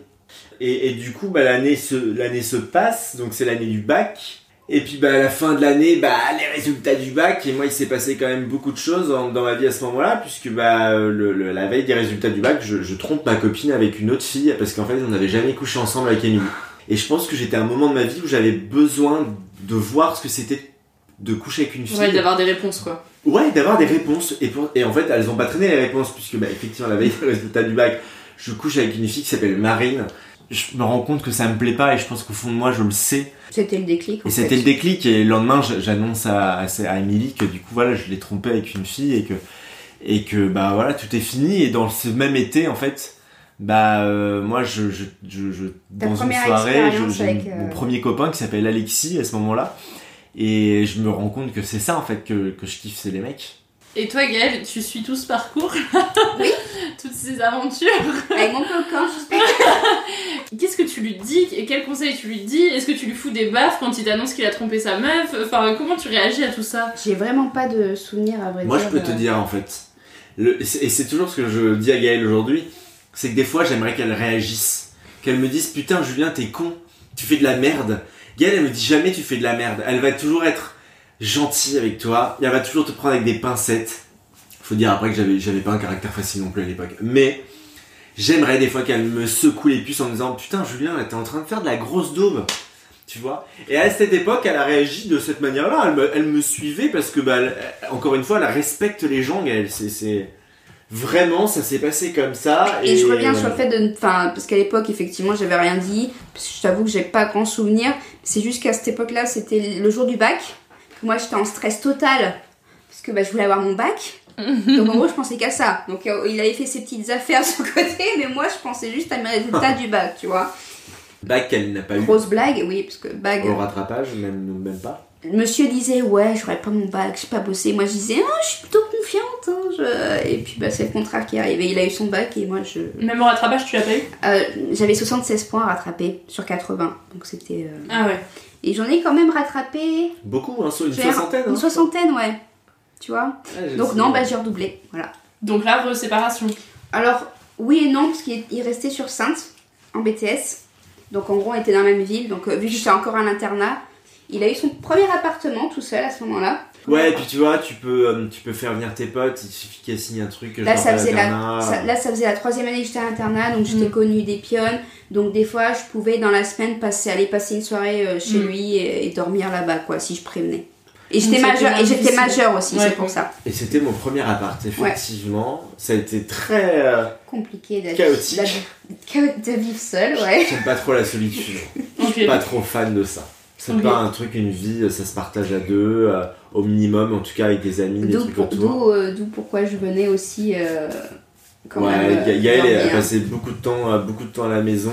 Et du coup, bah, l'année se passe, donc c'est l'année du bac. Et puis bah à la fin de l'année, bah les résultats du bac, et moi il s'est passé quand même beaucoup de choses dans ma vie à ce moment-là, puisque bah la veille des résultats du bac, je trompe ma copine avec une autre fille, parce qu'en fait on n'avait jamais couché ensemble avec Émilie. Et je pense que j'étais à un moment de ma vie où j'avais besoin de voir ce que c'était de coucher avec une fille. Ouais, d'avoir des réponses quoi. Ouais, d'avoir des réponses. Et en fait elles ont pas traîné les réponses, puisque bah effectivement la veille des résultats du bac, je couche avec une fille qui s'appelle Marine. Je me rends compte que ça me plaît pas et je pense qu'au fond de moi je le sais. C'était le déclic. C'était le déclic et le lendemain j'annonce à Émilie que du coup voilà je l'ai trompé avec une fille et que bah voilà tout est fini. Et dans ce même été en fait bah moi je dans une soirée j'ai mon premier copain qui s'appelle Alexis à ce moment-là et je me rends compte que c'est ça en fait que je kiffe, c'est les mecs. Et toi Gaëlle, tu suis tout ce parcours? Oui. Toutes ces aventures. Avec mon copain, Qu'est-ce que tu lui dis? Et quels conseils tu lui dis? Est-ce que tu lui fous des baffes quand il t'annonce qu'il a trompé sa meuf? Enfin, comment tu réagis à tout ça? J'ai vraiment pas de souvenirs à vrai dire. Moi je peux te dire en fait, et c'est toujours ce que je dis à Gaëlle aujourd'hui, c'est que des fois j'aimerais qu'elle réagisse. Qu'elle me dise putain Julien t'es con, tu fais de la merde. Gaëlle elle me dit jamais tu fais de la merde, elle va toujours être gentille avec toi, elle va toujours te prendre avec des pincettes. Faut dire après que j'avais pas un caractère facile non plus à l'époque, mais j'aimerais des fois qu'elle me secoue les puces en me disant putain Julien là t'es en train de faire de la grosse daube, tu vois. Et à cette époque elle a réagi de cette manière là, elle me suivait parce que bah encore une fois elle respecte les gens, c'est vraiment ça s'est passé comme ça. Et je reviens sur le fait parce qu'à l'époque effectivement j'avais rien dit, parce que je t'avoue que j'ai pas grand souvenir, c'est juste qu'à cette époque là c'était le jour du bac. Moi j'étais en stress total parce que je voulais avoir mon bac. Donc en gros je pensais qu'à ça. Donc il avait fait ses petites affaires de son côté, mais moi je pensais juste à mes résultats du bac, tu vois. Bac qu'elle n'a pas eu. Grosse blague, oui, parce que bac. Au rattrapage, même pas. Monsieur disait ouais j'aurais pas mon bac, j'ai pas bossé. Moi je disais je suis plutôt confiante. Et puis c'est le contraire qui est arrivé. Il a eu son bac et moi je... Même au rattrapage, tu l'as pas eu? J'avais 76 points à rattraper sur 80. Donc c'était... Ah ouais. Et j'en ai quand même rattrapé... Beaucoup, hein, une soixantaine. Une soixantaine, ouais. Tu vois. Donc non, j'ai redoublé. Voilà. Donc là, séparation. Alors, oui et non, parce qu'il restait sur Saintes, en BTS. Donc en gros, on était dans la même ville. Donc vu que j'étais encore à l'internat, il a eu son premier appartement tout seul à ce moment-là. Ouais, et puis tu vois, tu peux faire venir tes potes, il suffit qu'elles signent un truc. Là, ça faisait la 3e année que j'étais à l'internat, donc j'étais connue des pionnes. Donc des fois, je pouvais dans la semaine aller passer une soirée chez lui et dormir là-bas, quoi, si je prévenais. Et j'étais majeure aussi, c'est pour ça. Et c'était mon premier appart, effectivement. Ouais. Ça a été très compliqué chaotique. De vivre seul, ouais. J'aime pas trop la solitude. Je suis pas trop fan de ça. C'est pas un truc, une vie, ça se partage à deux, au minimum, en tout cas avec des amis, des trucs autour. D'où pourquoi je venais aussi quand même. Gaëlle a passé beaucoup de temps à la maison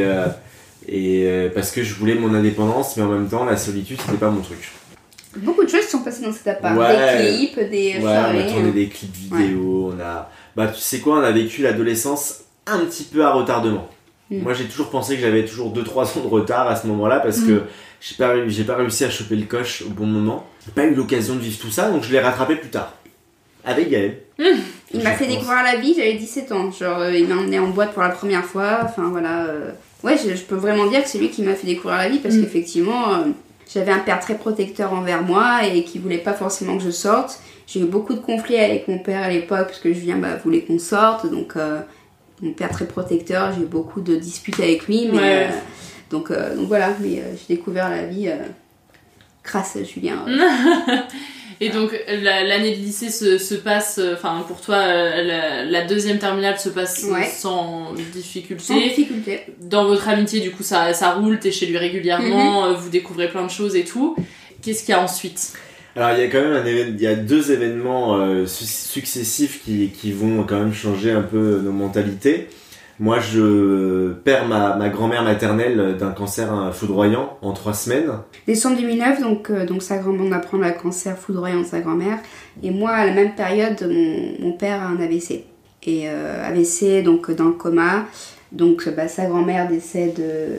et parce que je voulais mon indépendance, mais en même temps la solitude c'était pas mon truc. Beaucoup de choses sont passées dans cet appart, des clips, des soirées. On a tourné des clips vidéo, on a... tu sais quoi, on a vécu l'adolescence un petit peu à retardement. Moi j'ai toujours pensé que j'avais toujours 2-3 ans de retard à ce moment-là parce que j'ai pas réussi à choper le coche au bon moment. J'ai pas eu l'occasion de vivre tout ça, donc je l'ai rattrapé plus tard. Avec Gaël. Il m'a fait découvrir la vie, j'avais 17 ans. Genre, il m'a emmené en boîte pour la première fois. Enfin voilà. Ouais, je peux vraiment dire que c'est lui qui m'a fait découvrir la vie parce qu'effectivement, j'avais un père très protecteur envers moi et qui voulait pas forcément que je sorte. J'ai eu beaucoup de conflits avec mon père à l'époque parce que Julien voulait qu'on sorte. Donc, mon père très protecteur, j'ai eu beaucoup de disputes avec lui. Mais, donc voilà, mais j'ai découvert la vie grâce à Julien. Et donc l'année de lycée se passe, enfin pour toi la deuxième terminale se passe sans difficulté. Sans difficulté. Dans votre amitié du coup ça roule, t'es chez lui régulièrement, vous découvrez plein de choses et tout. Qu'est-ce qu'il y a ensuite? Alors il y a quand même il y a 2 événements successifs qui vont quand même changer un peu nos mentalités. Moi je perds ma grand-mère maternelle d'un cancer foudroyant en 3 semaines. Décembre 2009, donc sa grand-mère, on apprend le cancer foudroyant de sa grand-mère. Et moi à la même période, mon père a un AVC. Et AVC donc dans le coma. Donc sa grand-mère décède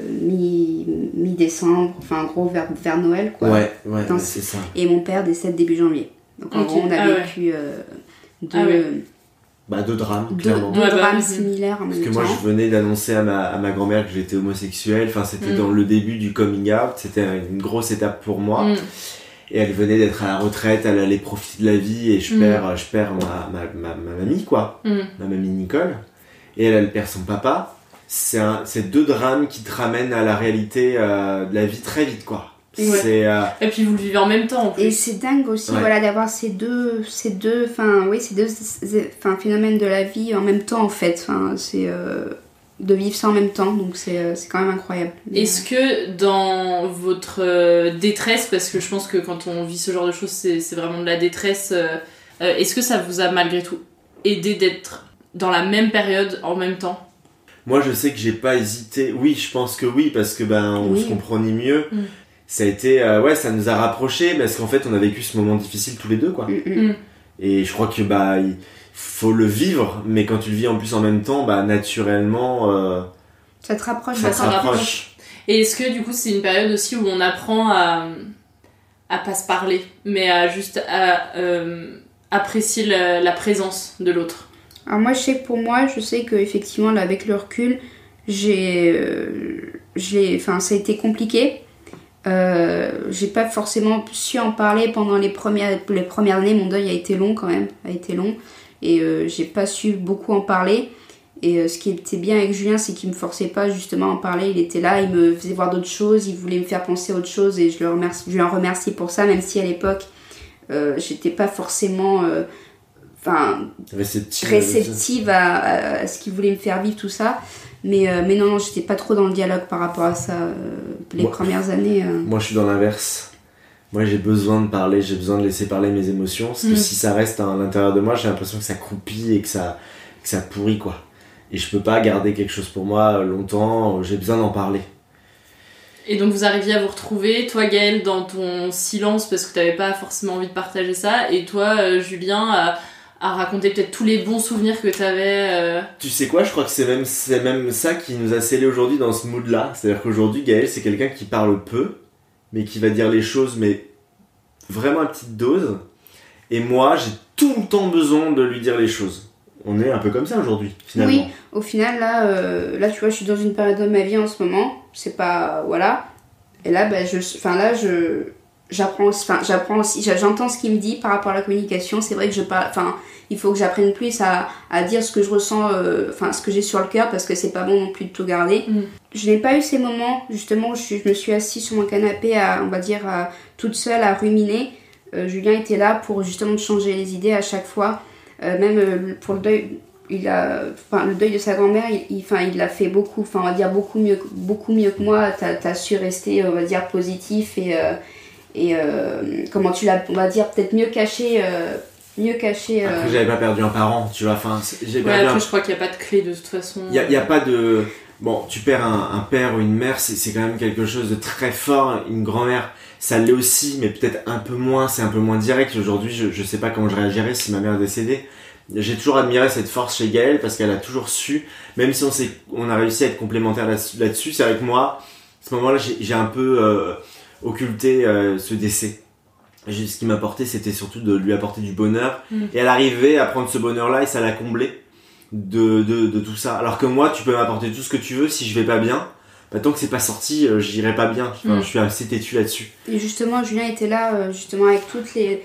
mi-décembre, enfin en gros vers Noël quoi. Ouais, c'est ça. Et mon père décède début janvier. Donc en gros on a vécu deux drames, clairement. Deux drames similaires en même temps. Parce que moi je venais d'annoncer à ma grand-mère que j'étais homosexuel, enfin c'était dans le début du coming out, c'était une grosse étape pour moi. Et elle venait d'être à la retraite, elle allait profiter de la vie et je perds ma mamie quoi, ma mamie Nicole. Et elle perd son papa. C'est 2 drames qui te ramènent à la réalité de la vie très vite quoi. Ouais. Et puis vous le vivez en même temps en plus. Et c'est dingue aussi d'avoir ces deux phénomènes de la vie en même temps en fait. Enfin, c'est de vivre ça en même temps, donc c'est quand même incroyable. Est-ce que dans votre détresse, parce que je pense que quand on vit ce genre de choses c'est vraiment de la détresse, est-ce que ça vous a malgré tout aidé d'être dans la même période en même temps? Moi je sais que j'ai pas hésité, oui je pense que oui parce que on se comprenait mieux. Ça a été ça nous a rapprochés parce qu'en fait on a vécu ce moment difficile tous les deux quoi. Et je crois que il faut le vivre, mais quand tu le vis en plus en même temps naturellement ça te rapproche. Et est-ce que du coup c'est une période aussi où on apprend à pas se parler mais à juste apprécier la présence de l'autre? Alors moi je sais que pour moi, je sais que effectivement là avec le recul, ça a été compliqué. J'ai pas forcément su en parler pendant les premières années. Mon deuil a été long quand même, et j'ai pas su beaucoup en parler. Et ce qui était bien avec Julien, c'est qu'il me forçait pas justement à en parler. Il était là, il me faisait voir d'autres choses, il voulait me faire penser à autre chose et je lui en remercie pour ça, même si à l'époque j'étais pas forcément réceptive à ce qu'il voulait me faire vivre tout ça. Mais non, j'étais pas trop dans le dialogue par rapport à ça premières années. Moi, je suis dans l'inverse. Moi, j'ai besoin de parler, j'ai besoin de laisser parler mes émotions. Parce que si ça reste à l'intérieur de moi, j'ai l'impression que ça croupit et que ça pourrit, quoi. Et je peux pas garder quelque chose pour moi longtemps, j'ai besoin d'en parler. Et donc, vous arriviez à vous retrouver, toi, Gaëlle, dans ton silence, parce que t'avais pas forcément envie de partager ça, et toi, Julien, raconter peut-être tous les bons souvenirs que t'avais. Tu sais quoi, je crois que c'est même ça qui nous a scellés aujourd'hui dans ce mood-là. C'est-à-dire qu'aujourd'hui, Gaël, c'est quelqu'un qui parle peu, mais qui va dire les choses, mais vraiment à petite dose. Et moi, j'ai tout le temps besoin de lui dire les choses. On est un peu comme ça aujourd'hui, finalement. Oui, au final, là, tu vois, je suis dans une période de ma vie en ce moment. C'est pas... Voilà. Et là, j'apprends aussi, j'entends ce qu'il me dit par rapport à la communication. C'est vrai que il faut que j'apprenne plus à dire ce que je ressens, ce que j'ai sur le cœur, parce que c'est pas bon non plus de tout garder. Je n'ai pas eu ces moments, justement, où je me suis assise sur mon canapé toute seule à ruminer. Julien était là pour justement me changer les idées à chaque fois. Même pour le deuil, le deuil de sa grand-mère, il l'a fait beaucoup, on va dire beaucoup mieux que moi. T'as su rester, on va dire, positif et comment tu l'as, on va dire, peut-être mieux caché. Après, j'avais pas perdu un parent, tu vois. Je crois qu'il n'y a pas de clé de toute façon. Il y a pas de... Bon, tu perds un père ou une mère, c'est quand même quelque chose de très fort. Une grand-mère, ça l'est aussi, mais peut-être un peu moins, c'est un peu moins direct. Aujourd'hui, je sais pas comment je réagirais si ma mère est décédée. J'ai toujours admiré cette force chez Gaëlle parce qu'elle a toujours su, même si on a réussi à être complémentaires là-dessus, c'est avec moi, à ce moment-là, j'ai un peu occulté ce décès. Ce qui m'apportait, c'était surtout de lui apporter du bonheur. Et elle arrivait à prendre ce bonheur-là et ça l'a comblé de tout ça. Alors que moi, tu peux m'apporter tout ce que tu veux, si je vais pas bien, tant que c'est pas sorti, j'irai pas bien. Je suis assez têtu là-dessus. Et justement, Julien était là, justement, avec toutes les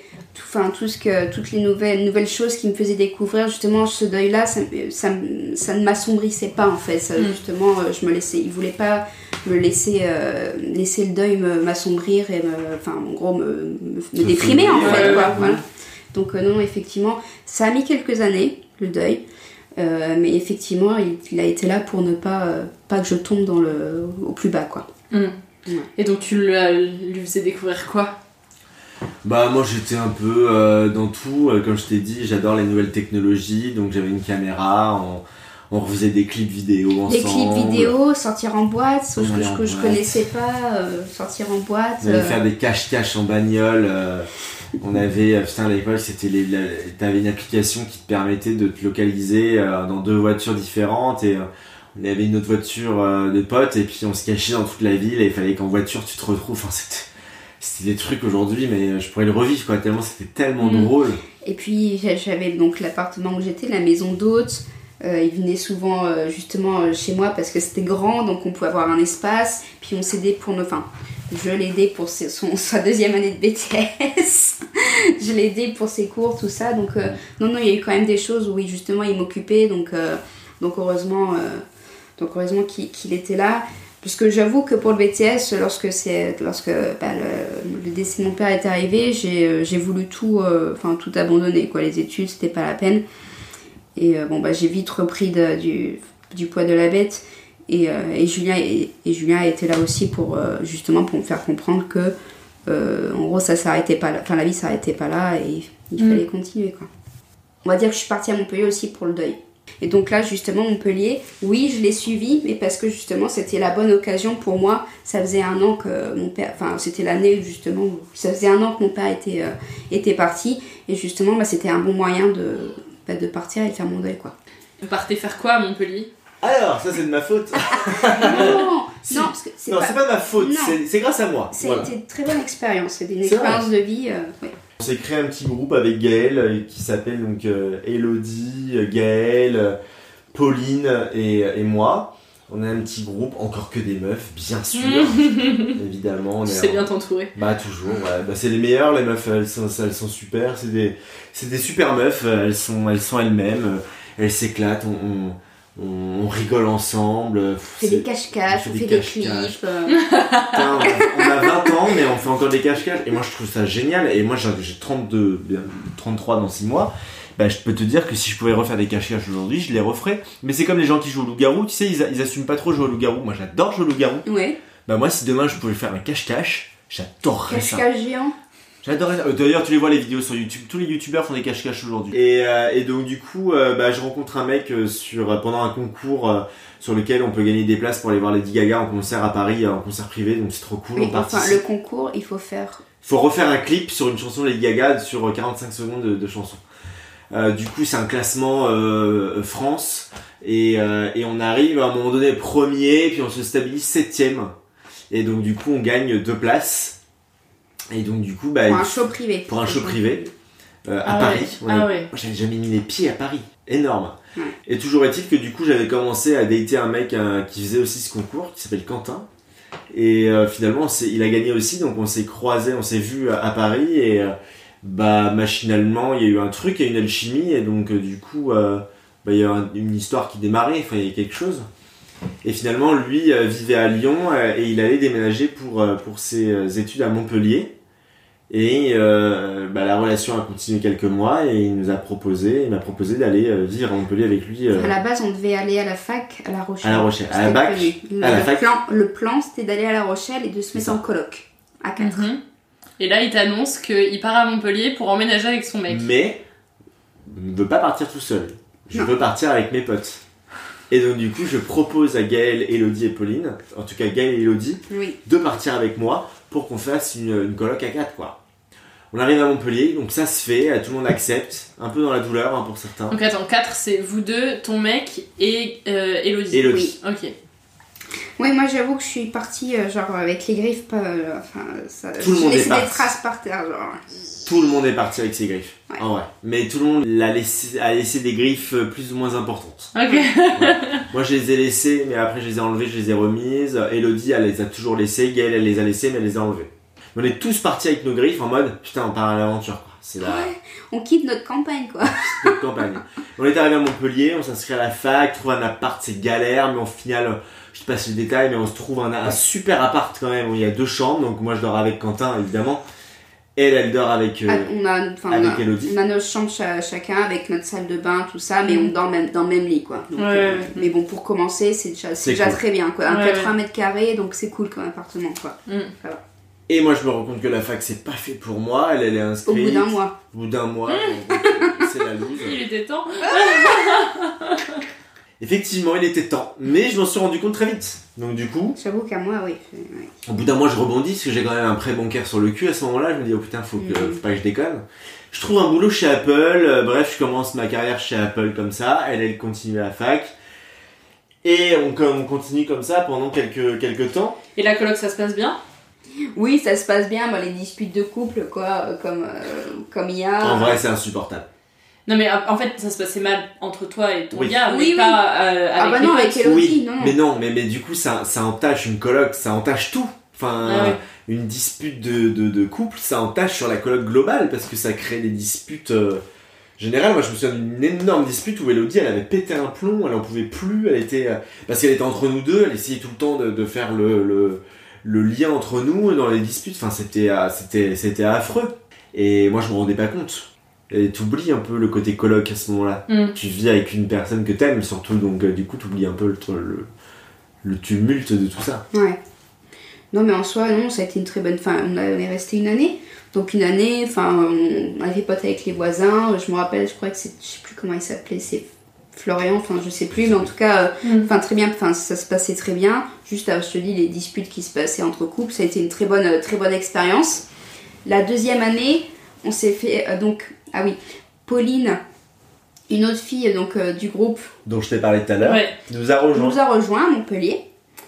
nouvelles choses qu'il me faisait découvrir. Justement, ce deuil-là, ça ne m'assombrissait pas, en fait. Justement, il voulait pas me laisser le deuil m'assombrir et me déprimer, en fait. Quoi, voilà. Donc, non, effectivement, ça a mis quelques années, le deuil. Mais effectivement, il a été là pour ne pas que je tombe au plus bas, quoi. Ouais. Et donc tu lui faisais découvrir quoi ? Moi j'étais un peu dans tout, comme je t'ai dit, j'adore les nouvelles technologies, donc j'avais une caméra, on refaisait des clips vidéo ensemble. Des clips vidéo, sortir en boîte, chose que je connaissais pas, sortir en boîte. On allait faire des cache-cache en bagnole. On avait, à l'époque, t'avais une application qui te permettait de te localiser dans 2 voitures différentes et on avait une autre voiture de potes et puis on se cachait dans toute la ville et il fallait qu'en voiture tu te retrouves. C'était des trucs aujourd'hui, mais je pourrais le revivre, quoi, tellement c'était tellement drôle. Et puis j'avais donc l'appartement où j'étais, la maison d'hôtes. Il venait souvent justement chez moi parce que c'était grand, donc on pouvait avoir un espace. Puis on s'aidait je l'aidais pour sa 2e année de BTS. Je l'aidais pour ses cours, tout ça. Donc non, il y a eu quand même des choses où justement il m'occupait. Donc heureusement qu'il était là. Puisque j'avoue que pour le BTS, lorsque le décès de mon père est arrivé, j'ai voulu tout abandonner, quoi. Les études, c'était pas la peine. Et j'ai vite repris du poids de la bête. Et Julien a été là aussi pour me faire comprendre que en gros ça s'arrêtait pas là, la vie s'arrêtait pas là et il fallait continuer, quoi. On va dire que je suis partie à Montpellier aussi pour le deuil. Et donc là justement Montpellier, oui je l'ai suivi, mais parce que justement c'était la bonne occasion pour moi. Ça faisait 1 an que mon père, c'était l'année justement où ça faisait 1 an que mon père était parti et justement c'était un bon moyen de partir et de faire mon deuil, quoi. Vous partez faire quoi à Montpellier ? Alors, ça c'est de ma faute. Non, parce que c'est pas de ma faute, c'est grâce à moi. C'était une très bonne expérience, c'était une expérience de vie. Ouais. On s'est créé un petit groupe avec Gaëlle qui s'appelle donc Elodie, Gaëlle, Pauline et moi. On a un petit groupe, encore que des meufs, bien sûr, évidemment. Tu sais bien t'entourer. Toujours, ouais. C'est les meilleures, les meufs, elles sont super, c'est des super meufs, elles sont elles-mêmes, elles s'éclatent, on rigole ensemble. On fait des cache-cache, on fait des clips. Putain, on a 20 ans, mais on fait encore des cache-cache. Et moi, je trouve ça génial. Et moi, j'ai 33 dans 6 mois. Je peux te dire que si je pouvais refaire des cache-cache aujourd'hui, je les referais. Mais c'est comme les gens qui jouent au loup-garou. Tu sais, ils assument pas trop jouer au loup-garou. Moi, j'adore jouer au loup-garou. Ouais. Moi, si demain, je pouvais faire un cache-cache, j'adorerais ça. Cache-cache géant. J'adorais ça. D'ailleurs, tu les vois les vidéos sur YouTube. Tous les youtubeurs font des cache-cache aujourd'hui. Et donc, du coup, je rencontre un mec pendant un concours sur lequel on peut gagner des places pour aller voir Lady Gaga en concert à Paris, en concert privé. Donc, c'est trop cool. Oui, le concours, il faut refaire un clip sur une chanson de Lady Gaga sur 45 secondes de chanson. Du coup, c'est un classement France. Et on arrive à un moment donné premier, puis on se stabilise 7ème. Et donc du coup, on gagne 2 places. Et donc du coup, pour un show privé. Pour un show privé à Paris. Moi, j'avais jamais mis les pieds à Paris. Énorme. Ouais. Et toujours est-il que du coup, j'avais commencé à dater un mec qui faisait aussi ce concours, qui s'appelle Quentin. Et finalement, il a gagné aussi, donc on s'est croisés, on s'est vus à Paris. Et machinalement, il y a eu un truc, il y a eu une alchimie. Et donc du coup, il y a une histoire qui démarrait, il y a quelque chose. Et finalement, lui vivait à Lyon et il allait déménager pour ses études à Montpellier. Et la relation a continué quelques mois et il m'a proposé d'aller vivre à Montpellier avec lui. À la base, on devait aller à la fac à La Rochelle. À La Rochelle, à la bac, à la fac. Le plan, c'était d'aller à La Rochelle et de se mettre en coloc à 4. Et là, il t'annonce qu'il part à Montpellier pour emménager avec son mec. Mais je ne veux pas partir tout seul. Je veux partir avec mes potes. Et donc du coup, je propose à Gaël, Elodie et Pauline, en tout cas Gaël et Elodie, de partir avec moi pour qu'on fasse une coloc à 4, quoi. On arrive à Montpellier, donc ça se fait, tout le monde accepte, un peu dans la douleur pour certains. Donc attends, 4, c'est vous deux, ton mec et Elodie. Elodie. Oui, ok. Oui, moi j'avoue que je suis partie avec les griffes, tout le monde est parti. Des traces par terre, genre. Tout le monde est parti avec ses griffes. Ouais. Ah ouais. Mais tout le monde a laissé des griffes plus ou moins importantes. Ok. Ouais. Moi je les ai laissées, mais après je les ai enlevées, je les ai remises. Elodie, elle les a toujours laissées. Gaëlle, elle les a laissées, mais elle les a enlevées. On est tous partis avec nos griffes en mode putain, on part à l'aventure, quoi. C'est là. Ouais, on quitte notre campagne, quoi. Notre campagne. On est arrivé à Montpellier, on s'inscrit à la fac, trouver un appart, c'est galère, mais au final, je te passe les détails, mais on se trouve un super appart quand même où il y a 2 chambres. Donc moi je dors avec Quentin, évidemment. Elle dort avec Elodie. On a notre chambre chacun avec notre salle de bain, tout ça, mais on dort dans le même lit, quoi. Donc, mais bon, pour commencer, c'est déjà cool. Très bien, quoi. 80 mètres carrés, donc c'est cool comme appartement, quoi. Ça va. Et moi, je me rends compte que la fac, c'est pas fait pour moi. Elle est inscrite. Au bout d'un mois. C'est la loose. Il était temps. Effectivement, il était temps. Mais je m'en suis rendu compte très vite. Donc du coup... J'avoue qu'à moi, oui. Au bout d'un mois, je rebondis parce que j'ai quand même un prêt bancaire sur le cul. À ce moment-là, je me dis, oh putain, faut pas que je déconne. Je trouve un boulot chez Apple. Bref, je commence ma carrière chez Apple comme ça. Elle continue à la fac. Et on continue comme ça pendant quelques temps. Et la coloc, ça se passe bien ? Oui, ça se passe bien. Les disputes de couple, quoi, comme il y a... En vrai, c'est insupportable. Non mais en fait ça se passait mal entre toi et ton gars, mais pas avec non, avec Elodie, non. Mais du coup ça entache une coloc, ça entache tout. Enfin, une dispute de couple, ça entache sur la coloc globale parce que ça crée des disputes générales. Moi je me souviens d'une énorme dispute où Elodie elle avait pété un plomb, elle en pouvait plus, elle était parce qu'elle était entre nous deux, elle essayait tout le temps de faire le lien entre nous dans les disputes. Enfin c'était affreux. Et moi je me rendais pas compte. Et t'oublies un peu le côté coloc à ce moment-là. Tu vis avec une personne que t'aimes surtout, donc du coup t'oublies un peu le tumulte de tout ça. Ouais. Non mais en soi, non, ça a été une très bonne... Enfin, on est resté une année. Donc une année, on avait potes avec les voisins. Je me rappelle, je crois que c'est... Je sais plus comment il s'appelait, c'est Florian, enfin je sais plus. Mais en tout cas, très bien, ça se passait très bien. Juste, je te dis, les disputes qui se passaient entre couples, ça a été une très bonne expérience. La deuxième année, on s'est fait... Pauline, une autre fille du groupe dont je t'ai parlé tout à l'heure, nous a rejoint à Montpellier.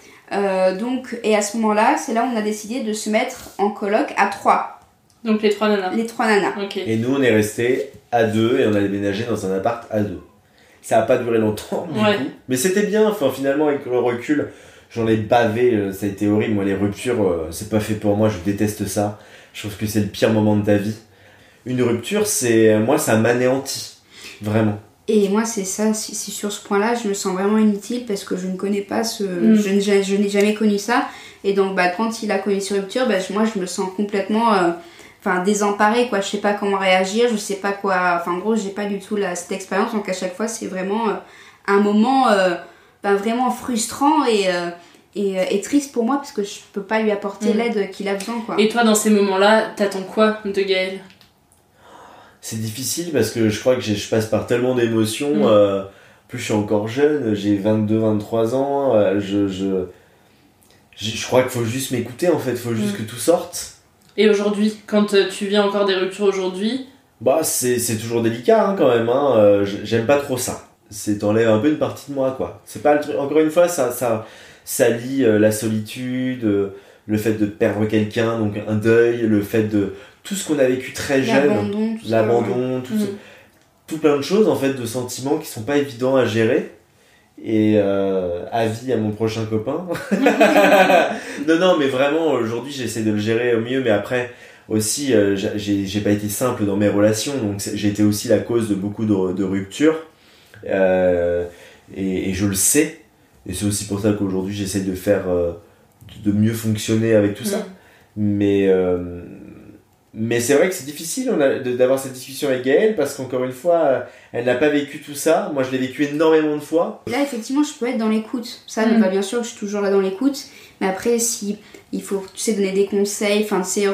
Et à ce moment-là, c'est là où on a décidé de se mettre en coloc à 3. Donc les 3 nanas. Les 3 nanas. Okay. Et nous, on est restés à 2 et on a déménagé dans un appart à 2. Ça n'a pas duré longtemps, du coup. Mais c'était bien, finalement, avec le recul, j'en ai bavé, ça a été horrible. Moi, les ruptures, c'est pas fait pour moi, je déteste ça. Je trouve que c'est le pire moment de ta vie. Une rupture, ça m'anéantit, vraiment. Et moi, c'est ça, c'est sur ce point-là, je me sens vraiment inutile parce que je ne connais pas je n'ai jamais connu ça. Et donc, quand il a connu cette rupture, moi, je me sens complètement désemparée, quoi. Je sais pas comment réagir, je sais pas quoi. En gros, j'ai pas du tout cette expérience. Donc, à chaque fois, c'est vraiment un moment vraiment frustrant et triste pour moi parce que je peux pas lui apporter l'aide qu'il a besoin, quoi. Et toi, dans ces moments-là, t'attends quoi de Gaël ? C'est difficile parce que je crois que je passe par tellement d'émotions. Plus je suis encore jeune, j'ai 22-23 ans. Je crois qu'il faut juste m'écouter en fait, il faut juste que tout sorte. Et aujourd'hui, quand tu vis encore des ruptures aujourd'hui, Bah, c'est toujours délicat hein, quand même. Hein. J'aime pas trop ça. T'enlèves un peu une partie de moi, quoi. C'est pas le truc. Encore une fois, ça lie la solitude, le fait de perdre quelqu'un, donc un deuil, le fait de tout ce qu'on a vécu très jeune, l'abandon, tout plein de choses en fait, de sentiments qui sont pas évidents à gérer. Et avis à mon prochain copain. non, mais vraiment, aujourd'hui, j'essaie de le gérer au mieux, mais après, aussi, j'ai pas été simple dans mes relations, donc j'ai été aussi la cause de beaucoup de ruptures. Et je le sais, et c'est aussi pour ça qu'aujourd'hui, j'essaie de faire, de mieux fonctionner avec tout ça. Mais c'est vrai que c'est difficile d'avoir cette discussion avec Gaëlle parce qu'encore une fois, elle n'a pas vécu tout ça. Moi, je l'ai vécu énormément de fois. Là, effectivement, je peux être dans l'écoute. Ça, donc, bien sûr, je suis toujours là dans l'écoute. Mais après, si il faut, tu sais, donner des conseils,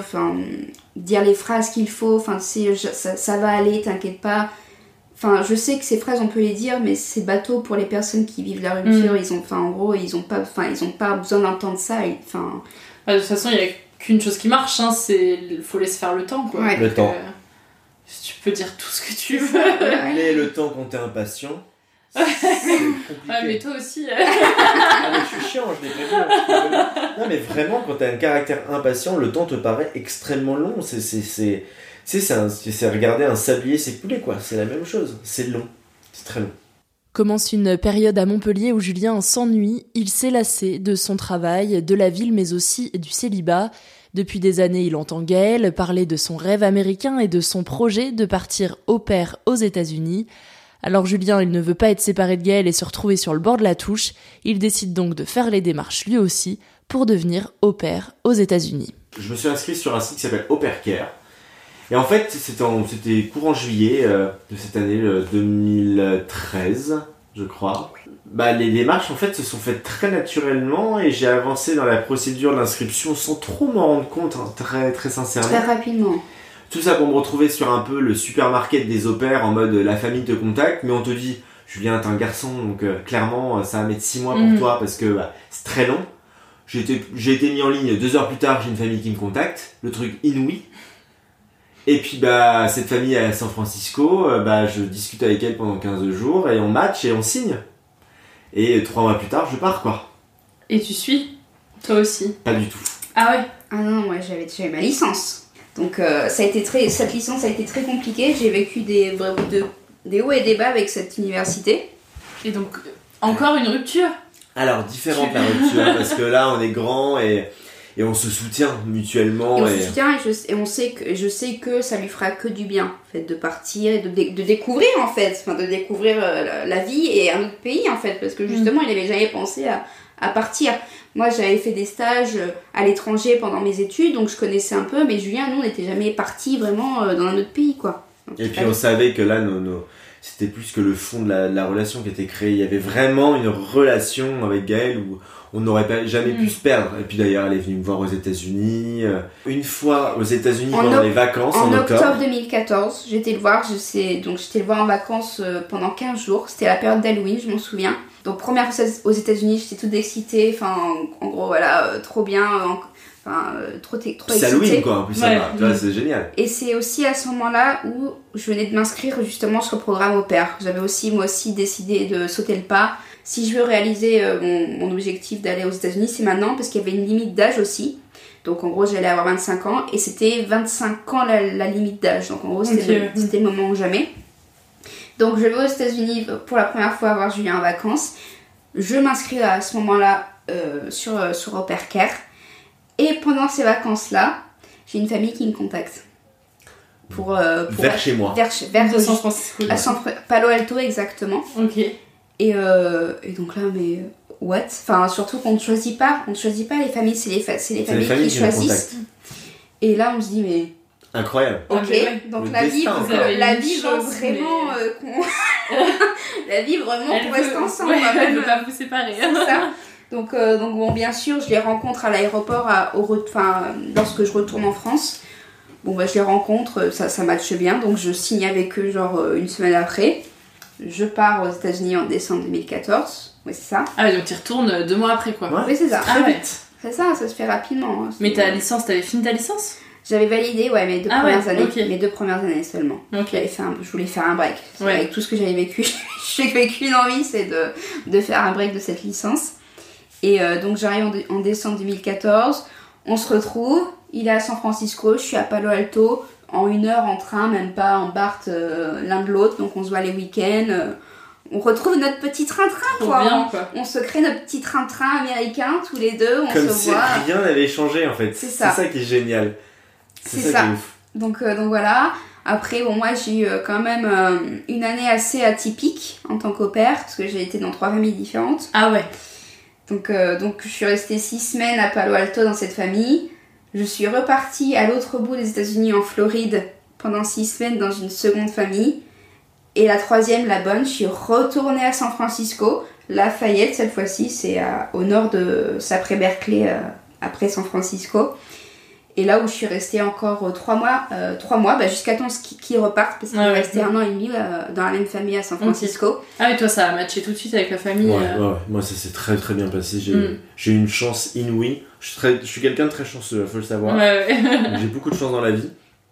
dire les phrases qu'il faut, ça va aller, t'inquiète pas. Enfin, je sais que ces phrases, on peut les dire, mais c'est bateau pour les personnes qui vivent la rupture. Ils ont pas besoin d'entendre ça. De toute façon, il y a qu'une chose qui marche, hein, faut laisser faire le temps, quoi. Ouais. Le temps. Tu peux dire tout ce que tu veux. Mais le temps quand t'es impatient, c'est compliqué. Ouais, mais toi aussi. Ah, mais je suis chiant, je l'ai prévu. Non, mais vraiment, quand t'as un caractère impatient, le temps te paraît extrêmement long. C'est regarder un sablier s'écouler, quoi. C'est la même chose. C'est long. C'est très long. Commence une période à Montpellier où Julien s'ennuie, il s'est lassé de son travail, de la ville mais aussi du célibat. Depuis des années, il entend Gaëlle parler de son rêve américain et de son projet de partir au pair aux États-Unis. Alors Julien, il ne veut pas être séparé de Gaëlle et se retrouver sur le bord de la touche. Il décide donc de faire les démarches lui aussi pour devenir au pair aux États-Unis. Je me suis inscrit sur un site qui s'appelle Au Pair Care. Et en fait, c'était courant juillet de cette année, 2013, je crois. Bah, les démarches, en fait, se sont faites très naturellement et j'ai avancé dans la procédure d'inscription sans trop m'en rendre compte, hein, très, très sincèrement. Très rapidement. Tout ça pour me retrouver sur un peu le supermarket des au-pairs en mode la famille te contacte, mais on te dit, Julien, t'es un garçon, donc clairement, ça va mettre 6 mois pour toi parce que c'est très long. J'ai été mis en ligne 2 heures plus tard, j'ai une famille qui me contacte, le truc inouï. Et puis cette famille est à San Francisco, je discute avec elle pendant 15 jours et on match et on signe. Et 3 mois plus tard, je pars, quoi. Et tu suis ? Toi aussi ? Pas du tout. Ah ouais ? Ah non, moi j'avais ma licence. Donc cette licence a été très compliquée. J'ai vécu des hauts et des bas avec cette université. Et donc, encore une rupture ? Alors, différente la rupture, parce que là, on est grand et on se soutient mutuellement. Et on se soutient et je sais que ça lui fera que du bien, en fait, de partir et de découvrir, en fait, de découvrir la vie et un autre pays, en fait, parce que justement, il n'avait jamais pensé à partir. Moi, j'avais fait des stages à l'étranger pendant mes études, donc je connaissais un peu, mais Julien, nous, on n'était jamais partis vraiment dans un autre pays, quoi. Donc, et puis, on savait que là, c'était plus que le fond de la relation qui était créée. Il y avait vraiment une relation avec Gaëlle où on n'aurait jamais pu se perdre. Et puis d'ailleurs, elle est venue me voir aux États-Unis. Une fois aux États-Unis pendant les vacances, en octobre 2014, j'étais le voir. J'étais le voir en vacances pendant 15 jours. C'était la période d'Halloween, je m'en souviens. Donc première fois aux États-Unis, j'étais toute excitée. Enfin, en gros, voilà, trop bien. Trop excitée. C'est Halloween, quoi. En plus, ça va. Tu vois, c'est génial. Et c'est aussi à ce moment-là où je venais de m'inscrire justement sur le programme au pair. J'avais aussi, moi aussi, décidé de sauter le pas. Si je veux réaliser mon objectif d'aller aux États-Unis, c'est maintenant, parce qu'il y avait une limite d'âge aussi. Donc en gros, j'allais avoir 25 ans et c'était 25 ans la limite d'âge. Donc en gros, c'était le moment ou jamais. Donc je vais aux États-Unis pour la première fois voir Julien en vacances. Je m'inscris à ce moment-là sur Au Pair Care. Et pendant ces vacances-là, j'ai une famille qui me contacte. Vers chez moi. Vers San Francisco. À Palo Alto, exactement. Ok. Et donc là, mais what ? Enfin, surtout qu'on ne choisit pas les familles, c'est les familles qui choisissent. Et là, on se dit, mais... Incroyable. Ok, donc la vie vraiment pour rester ensemble. Elle ne veut pas vous séparer. C'est ça. Donc bon, bien sûr, je les rencontre à l'aéroport lorsque je retourne en France. Bon, je les rencontre, ça matche bien, donc je signe avec eux une semaine après. Je pars aux États-Unis en décembre 2014. Oui, c'est ça. Ah, donc tu y retournes 2 mois après, quoi. Oui, c'est ça. Très vite. C'est ça se fait rapidement. Hein. Mais t'avais fini ta licence ? J'avais validé, mes deux premières années. Okay. Mes 2 premières années seulement. Okay. Je voulais faire un break. Avec tout ce que j'avais vécu, j'ai vécu une envie, c'est de faire un break de cette licence. Et donc j'arrive en décembre 2014, on se retrouve, il est à San Francisco, je suis à Palo Alto, en 1 heure en train, même pas en BART l'un de l'autre, donc on se voit les week-ends. On retrouve notre petit train-train, quoi. Bien, on se crée notre petit train-train américain, tous les deux, on comme se si voit. Rien n'avait changé, en fait. C'est ça qui est génial. C'est ça. Qui est ouf. Donc voilà. Après, moi, j'ai eu quand même une année assez atypique en tant qu'au pair, parce que j'ai été dans 3 familles différentes. Ah ouais. Donc je suis restée 6 semaines à Palo Alto dans cette famille. Je suis repartie à l'autre bout des États-Unis, en Floride, pendant 6 semaines dans une seconde famille. Et la 3e, la bonne, je suis retournée à San Francisco, Lafayette cette fois-ci, c'est au nord c'est après Berkeley, après San Francisco. Et là où je suis restée encore 3 mois, jusqu'à temps qu'ils repartent, parce qu'ils est resté 1 an et demi dans la même famille à San Francisco. Okay. Ah mais toi ça a matché tout de suite avec la famille. Ouais. Moi ça s'est très très bien passé, j'ai eu une chance inouïe. Je suis quelqu'un de très chanceux, faut le savoir. J'ai beaucoup de chance dans la vie.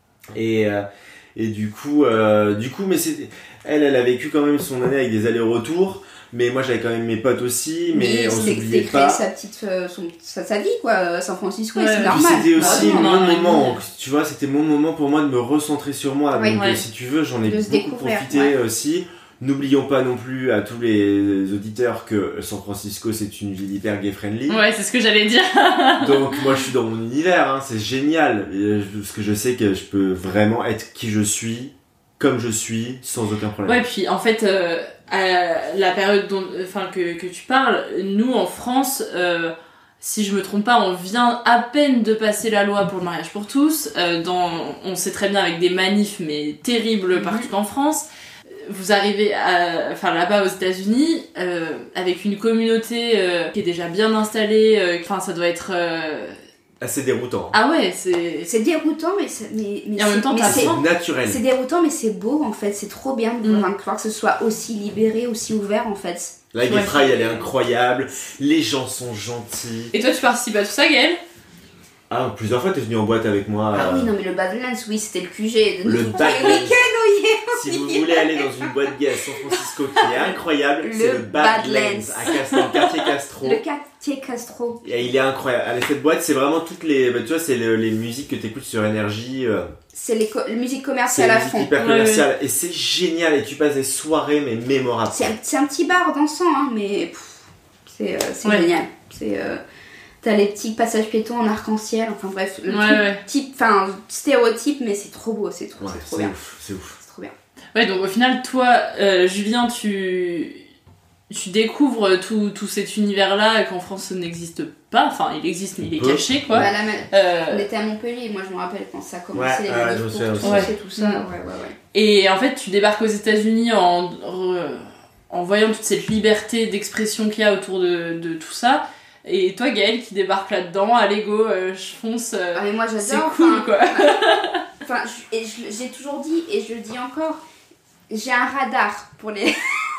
Et du coup mais elle a vécu quand même son année avec des allers-retours. Mais moi j'avais quand même mes potes aussi, mais on s'oubliait pas. Sa petite sa vie quoi, San Francisco, c'est normal. C'était aussi mon moment, tu vois, c'était mon moment pour moi de me recentrer sur moi. Donc si tu veux, j'en ai beaucoup profité aussi. N'oublions pas non plus à tous les auditeurs que San Francisco c'est une ville hyper gay friendly. Ouais, c'est ce que j'allais dire. Donc moi je suis dans mon univers, c'est génial. Parce que je sais que je peux vraiment être qui je suis, comme je suis, sans aucun problème. Ouais, puis en fait, à la période que tu parles, nous en France, si je me trompe pas, on vient à peine de passer la loi pour le mariage pour tous. On sait très bien avec des manifs, mais terribles partout en France. Vous arrivez là-bas aux États-Unis avec une communauté qui est déjà bien installée. Ça doit être assez déroutant. Ah ouais, c'est déroutant, mais en même temps, c'est naturel. C'est déroutant, mais c'est beau en fait. C'est trop bien de voir que ce soit aussi libéré, aussi ouvert en fait. La Gay Pride, elle est incroyable. Les gens sont gentils. Et toi, tu participes à tout ça, Gaëlle ? Ah, plusieurs fois, t'es venu en boîte avec moi. Ah oui, non, mais le Badlands, oui, c'était le QG. Le Badlands. Si vous voulez aller dans une boîte gay à San Francisco qui est incroyable, c'est le Badlands dans le quartier Castro. Le quartier Castro. Et il est incroyable. Allez, cette boîte, c'est vraiment toutes les... tu vois, c'est les musiques que t'écoutes sur Énergie. C'est les musiques commerciales à fond. C'est hyper commercial. Et c'est génial. Et tu passes des soirées, mais mémorables. C'est un petit bar dansant, hein, mais c'est génial. T'as les petits passages piétons en arc-en-ciel. Enfin bref, stéréotype, mais c'est trop beau. C'est trop bien. C'est ouf. C'est trop bien. Ouais, donc au final, toi, Julien, tu découvres tout cet univers-là qu'en France n'existe pas. Enfin, il existe, mais il est caché, quoi. On était à Montpellier, moi je me rappelle quand ça a commencé, les manifs pour tous et tout ça. Ouais. Et en fait, tu débarques aux États-Unis en voyant toute cette liberté d'expression qu'il y a autour de tout ça. Et toi, Gaëlle, qui débarque là-dedans, allez go, je fonce. Mais moi j'adore. C'est cool, quoi. J'ai toujours dit, et je le dis encore, j'ai un radar pour les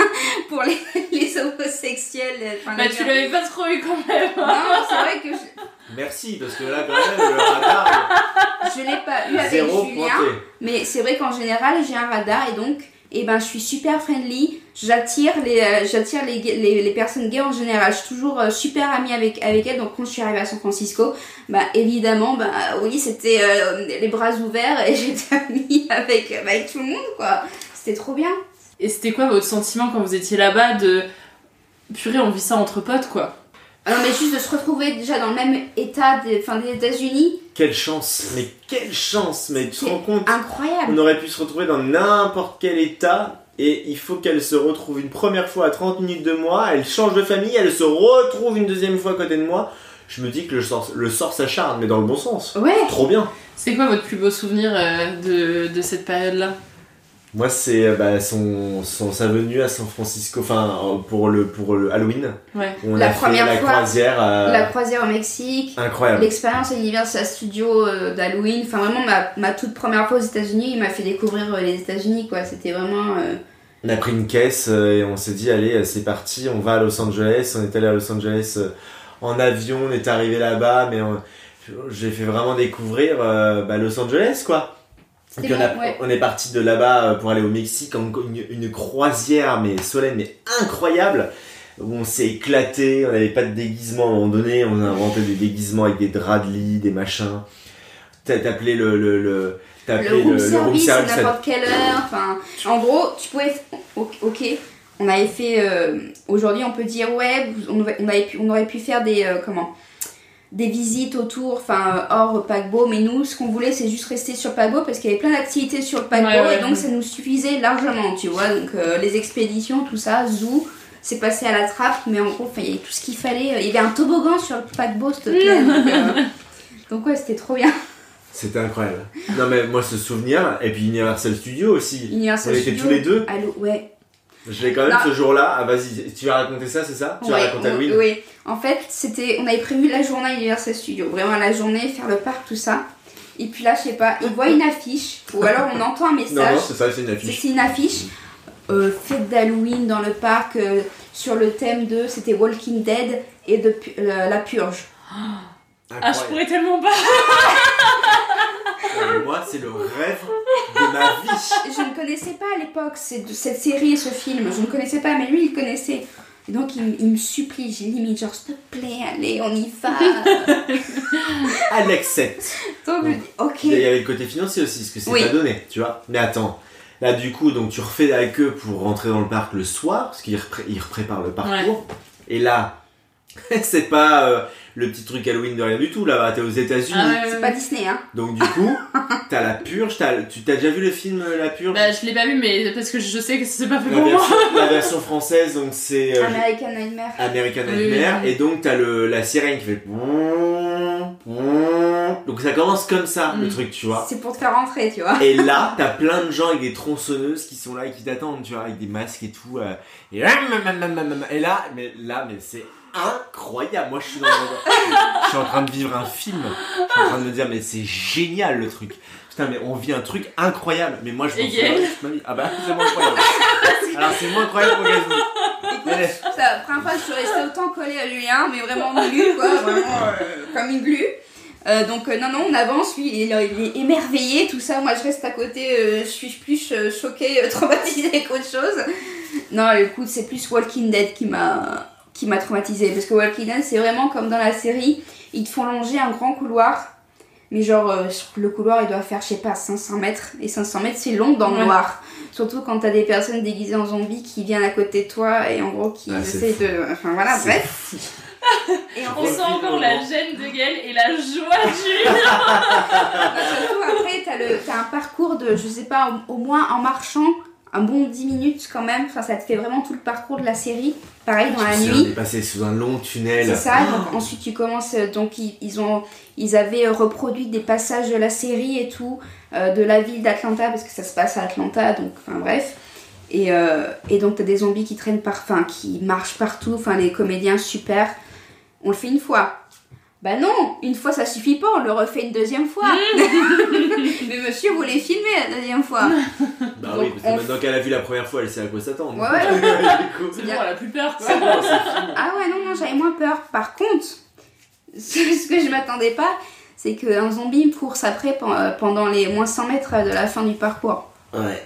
homosexuels. Tu l'avais pas trop eu quand même. Non, c'est vrai que Merci, parce que là, quand même, le radar... Je l'ai pas eu avec Julien, mais c'est vrai qu'en général, j'ai un radar, et donc, je suis super friendly. J'attire les personnes gays en général. Je suis toujours super amie avec elles. Donc quand je suis arrivée à San Francisco, évidemment, oui, c'était les bras ouverts et j'étais amie avec tout le monde, quoi. C'était trop bien. Et c'était quoi votre sentiment quand vous étiez là-bas de purée, on vit ça entre potes, quoi? Non, mais juste de se retrouver déjà dans le même état des États-Unis. Quelle chance, mais tu te rends compte? Incroyable. On aurait pu se retrouver dans n'importe quel état. Et il faut qu'elle se retrouve une première fois à 30 minutes de moi, elle change de famille, elle se retrouve une deuxième fois à côté de moi. Je me dis que le sort s'acharne, mais dans le bon sens. Ouais. Trop bien. C'est quoi votre plus beau souvenir de cette période-là? Moi, c'est sa venue à San Francisco, pour le Halloween. Ouais. On a fait la croisière. La croisière au Mexique. Incroyable. L'expérience à Universal Studios d'Halloween. Enfin, vraiment, ma toute première fois aux États-Unis, il m'a fait découvrir les États-Unis, quoi. C'était vraiment. On a pris une caisse et on s'est dit, allez, c'est parti, on va à Los Angeles. On est allé à Los Angeles en avion, on est arrivé là-bas, mais j'ai fait vraiment découvrir Los Angeles, quoi. C'était bon, on est parti de là-bas pour aller au Mexique, une croisière, mais Solène, mais incroyable, où on s'est éclaté, on n'avait pas de déguisement à un moment donné, on a inventé des déguisements avec des draps de lit, des machins. T'appelais le room service à n'importe quelle heure. Enfin, en gros, tu pouvais. Ok, on avait fait. Aujourd'hui, on peut dire ouais, on aurait pu faire des visites autour, hors paquebot, mais nous, ce qu'on voulait, c'est juste rester sur le paquebot parce qu'il y avait plein d'activités sur le paquebot et donc ça nous suffisait largement, tu vois. Donc les expéditions, tout ça, zoo, c'est passé à la trappe, mais en gros, il y avait tout ce qu'il fallait. Il y avait un toboggan sur le paquebot, s'il te plaît. Donc ouais, c'était trop bien. C'était incroyable. Non mais moi ce souvenir, et puis Universal Studios aussi. On était tous les deux. Allô, ouais. Je l'ai quand même ce jour-là. Ah vas-y, tu vas raconter ça, c'est ça? Tu vas raconter Halloween? Oui. En fait, on avait prévu la journée à Universal Studios. Vraiment la journée, faire le parc, tout ça. Et puis là, je sais pas, on voit une affiche, ou alors on entend un message. Non, c'est ça, c'est une affiche. C'est une affiche. Fête d'Halloween dans le parc, sur le thème de, c'était Walking Dead et de la purge. Ah, je pourrais tellement pas. Moi, c'est le rêve de ma vie. Je ne connaissais pas à l'époque cette série et ce film. Je ne connaissais pas, mais lui, il connaissait. Et donc, il me supplie. J'ai limite, genre, s'il te plaît, allez, on y va. Elle accepte. Donc, je dis, ok. Il y avait le côté financier aussi, parce que c'est pas donné, tu vois. Mais attends. Là, du coup, donc, tu refais la queue pour rentrer dans le parc le soir, parce qu'il prépare le parcours. Ouais. Et là, c'est pas le petit truc Halloween de rien du tout, là, t'es aux États-Unis. C'est pas Disney, hein. Donc du coup, t'as la purge, tu t'as déjà vu le film La Purge? Bah je l'ai pas vu, mais parce que je sais que c'est pas fait pour moi. La version française, donc c'est American Nightmare. American Nightmare, et donc t'as la sirène qui fait. Donc ça commence comme ça, le truc, tu vois. C'est pour te faire rentrer, tu vois. Et là, t'as plein de gens avec des tronçonneuses qui sont là et qui t'attendent, tu vois, avec des masques et tout. Et là, mais c'est incroyable. Moi, je suis en train de vivre un film. Je suis en train de me dire, mais c'est génial le truc. Putain, mais on vit un truc incroyable. Mais moi, je m'en souviens toute ma vie. Ah bah, c'est moins incroyable. Alors, c'est moins incroyable pour Gazou. Écoute, c'est la première fois que je suis restée autant collée à Julien, mais vraiment glu, quoi. Vraiment comme une glu. Donc non, on avance, lui il est émerveillé, tout ça, moi je reste à côté, je suis plus choquée, traumatisée qu'autre chose. Non, écoute, c'est plus Walking Dead qui m'a traumatisée, parce que Walking Dead c'est vraiment comme dans la série, ils te font longer un grand couloir, mais genre le couloir il doit faire je sais pas 500 mètres, et 500 mètres c'est long dans le noir, surtout quand t'as des personnes déguisées en zombies qui viennent à côté de toi et en gros qui essaient de... Enfin voilà, bref. Et on sent encore la gêne de Gaëlle et la joie de Julien. Surtout après t'as un parcours de, je sais pas, au moins en marchant un bon 10 minutes quand même, enfin ça te fait vraiment tout le parcours de la série, pareil dans la nuit. On est passé sous un long tunnel. C'est ça, donc ensuite tu commences, donc ils avaient reproduit des passages de la série et tout, de la ville d'Atlanta, parce que ça se passe à Atlanta, donc enfin bref. Et donc t'as des zombies qui traînent qui marchent partout, enfin les comédiens super. On le fait une fois. Bah non, une fois ça suffit pas, on le refait une deuxième fois. Mais monsieur voulait filmer la deuxième fois. Bah donc, oui, parce que maintenant qu'elle a vu la première fois, elle sait à quoi s'attendre. Ouais. C'est bon, elle a plus peur, quoi. C'est bon, c'est fini. Ah ouais, non, j'avais moins peur. Par contre, ce que je m'attendais pas, c'est qu'un zombie me course après pendant les moins 100 mètres de la fin du parcours. Ouais.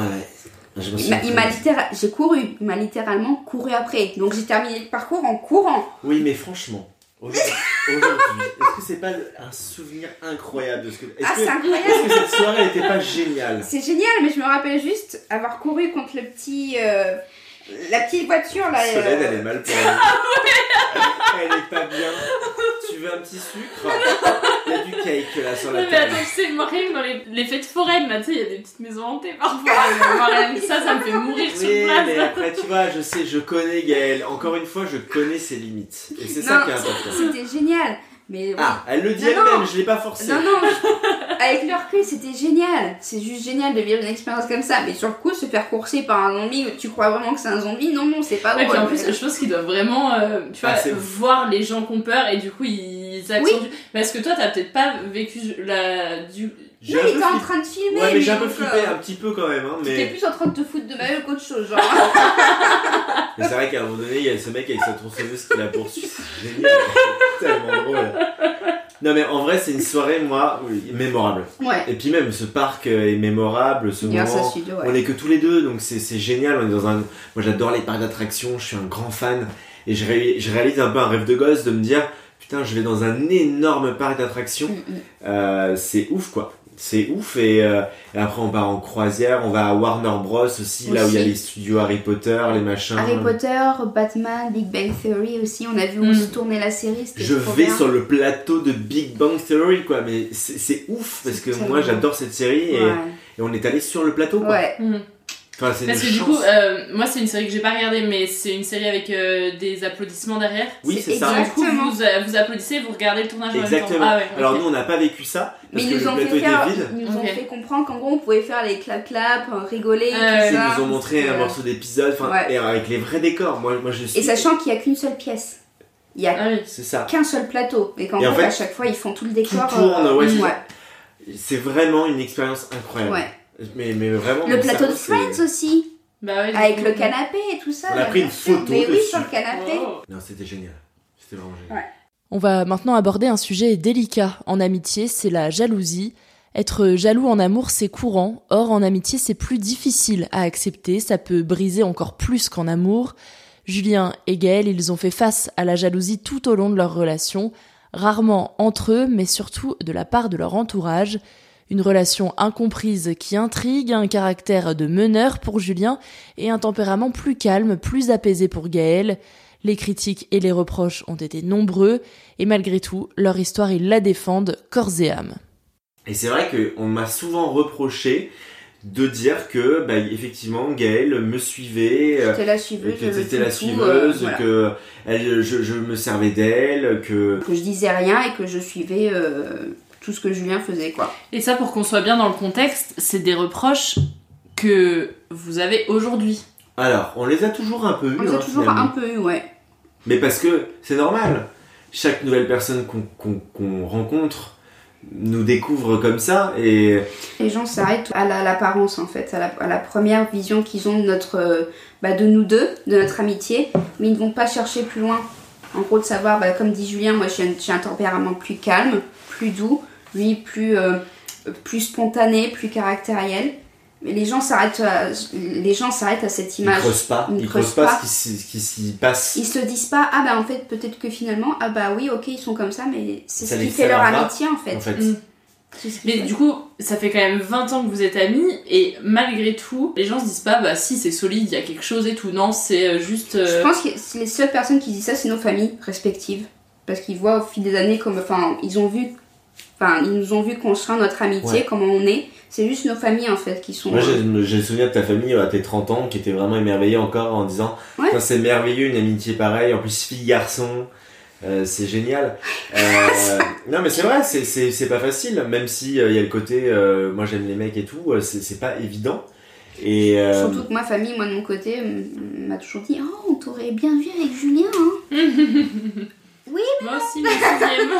J'ai couru, il m'a littéralement couru après. Donc j'ai terminé le parcours en courant. Oui, mais franchement, aujourd'hui, est-ce que c'est pas un souvenir incroyable de ce que... C'est incroyable. Est-ce que cette soirée n'était pas géniale? C'est génial, mais je me rappelle juste avoir couru contre le petit... la petite voiture là. Solène, elle est mal pour elle. Elle est pas bien. Tu veux un petit sucre? Il y a du cake là sur la table. Mais attends, tu sais, moi rien que dans les fêtes foraines, là, tu sais, il y a des petites maisons hantées parfois. Ça me fait mourir sur place. Mais après, tu vois, je connais Gaëlle. Encore une fois, je connais ses limites. Et c'est ça qui est important. C'était génial. Mais elle le dit elle-même, je l'ai pas forcé. Non, avec le recul, c'était génial. C'est juste génial de vivre une expérience comme ça. Mais sur le coup, se faire courser par un zombie, tu crois vraiment que c'est un zombie? Non, c'est pas drôle. Et puis en plus, je pense qu'ils doivent vraiment voir les gens qui ont peur et du coup, ils accentuent. Oui. Parce que toi, t'as peut-être pas vécu il était en train de filmer. Ouais, mais j'ai un peu flippé, un petit peu quand même. Tu étais plus en train de te foutre de ma gueule qu'autre chose, genre. Mais c'est vrai qu'à un moment donné, il y a ce mec avec sa tronçonneuse qui la poursuit. C'est génial. C'est tellement drôle. Non mais en vrai c'est une soirée mémorable. Ouais. Et puis même ce parc est mémorable, ce moment. Studio, ouais. On est que tous les deux donc c'est génial. On est dans un. Moi j'adore les parcs d'attractions, je suis un grand fan et je réalise un peu un rêve de gosse de me dire putain je vais dans un énorme parc d'attractions. C'est ouf quoi. C'est ouf et après on part en croisière, on va à Warner Bros aussi, là où il y a les studios Harry Potter, les machins. Harry Potter, Batman, Big Bang Theory aussi, on a vu où se tournait la série, c'était Je trop vais bien. sur le plateau de Big Bang Theory quoi, mais c'est ouf parce que moi j'adore cette série et on est allé sur le plateau quoi. Ouais. Enfin, c'est parce que du coup, moi c'est une série que j'ai pas regardée, mais c'est une série avec des applaudissements derrière. Oui, c'est ça. Du coup, vous applaudissez, vous regardez le tournage en même temps. Exactement. Ah, ouais, alors nous on n'a pas vécu ça parce que le plateau était vide. Ils nous ont fait comprendre qu'en gros on pouvait faire les clap-clap, rigoler, tout Ils ça. nous ont montré un morceau d'épisode, et avec les vrais décors. Moi je suis. Et sachant qu'il y a qu'une seule pièce. Il y a qu'un seul plateau. Et qu'en fait, à chaque fois ils font tout le décor. Tout tourne, c'est vraiment une expérience incroyable. Ouais. Mais vraiment. Le plateau de Friends aussi. Bah ouais, avec le canapé et tout ça. On a pris une photo. Mais oui, dessus. sur le canapé. Non, c'était génial. C'était vraiment génial. Ouais. On va maintenant aborder un sujet délicat en amitié, c'est la jalousie. Être jaloux en amour, c'est courant. Or, en amitié, c'est plus difficile à accepter. Ça peut briser encore plus qu'en amour. Julien et Gaël, ils ont fait face à la jalousie tout au long de leur relation. Rarement entre eux, mais surtout de la part de leur entourage. Une relation incomprise qui intrigue, un caractère de meneur pour Julien et un tempérament plus calme, plus apaisé pour Gaël. Les critiques et les reproches ont été nombreux et malgré tout, leur histoire, ils la défendent corps et âme. Et c'est vrai qu'on m'a souvent reproché de dire que, effectivement, Gaëlle me suivait. C'était la suiveuse. Que c'était la suiveuse, voilà. Que je me servais d'elle, que je disais rien et que je suivais tout ce que Julien faisait, quoi. Et ça, pour qu'on soit bien dans le contexte, c'est des reproches que vous avez aujourd'hui. Alors, on les a toujours un peu eus. On les a toujours finalement. Un peu eus, ouais. Mais parce que c'est normal. Chaque nouvelle personne qu'on rencontre nous découvre comme ça et... Les gens s'arrêtent à l'apparence en fait, à la première vision qu'ils ont de de nous deux, de notre amitié, mais ils ne vont pas chercher plus loin. En gros, de savoir, comme dit Julien, moi j'ai un tempérament plus calme, plus doux, lui plus spontané, plus caractériel. Mais les gens s'arrêtent à cette image. Ils creusent pas ce qui s'y passe. Ils se disent pas, en fait, peut-être que finalement, oui, ok, ils sont comme ça, mais c'est ce qui fait leur amitié, en fait. Mais du coup, ça fait quand même 20 ans que vous êtes amis, et malgré tout, les gens se disent pas, si, c'est solide, il y a quelque chose et tout. Non, c'est juste... Je pense que les seules personnes qui disent ça, c'est nos familles respectives. Parce qu'ils voient au fil des années ils nous ont vu construire notre amitié, comment on est. C'est juste nos familles en fait qui sont... Moi j'ai le souvenir de ta famille à tes 30 ans qui était vraiment émerveillée encore en disant c'est merveilleux une amitié pareille, en plus fille-garçon, c'est génial. Non mais c'est vrai, c'est pas facile, même si y a le côté moi j'aime les mecs et tout, c'est pas évident. Et surtout que ma famille, moi de mon côté, m'a toujours dit on t'aurait bien vu avec Julien Oui, moi aussi, le sixième.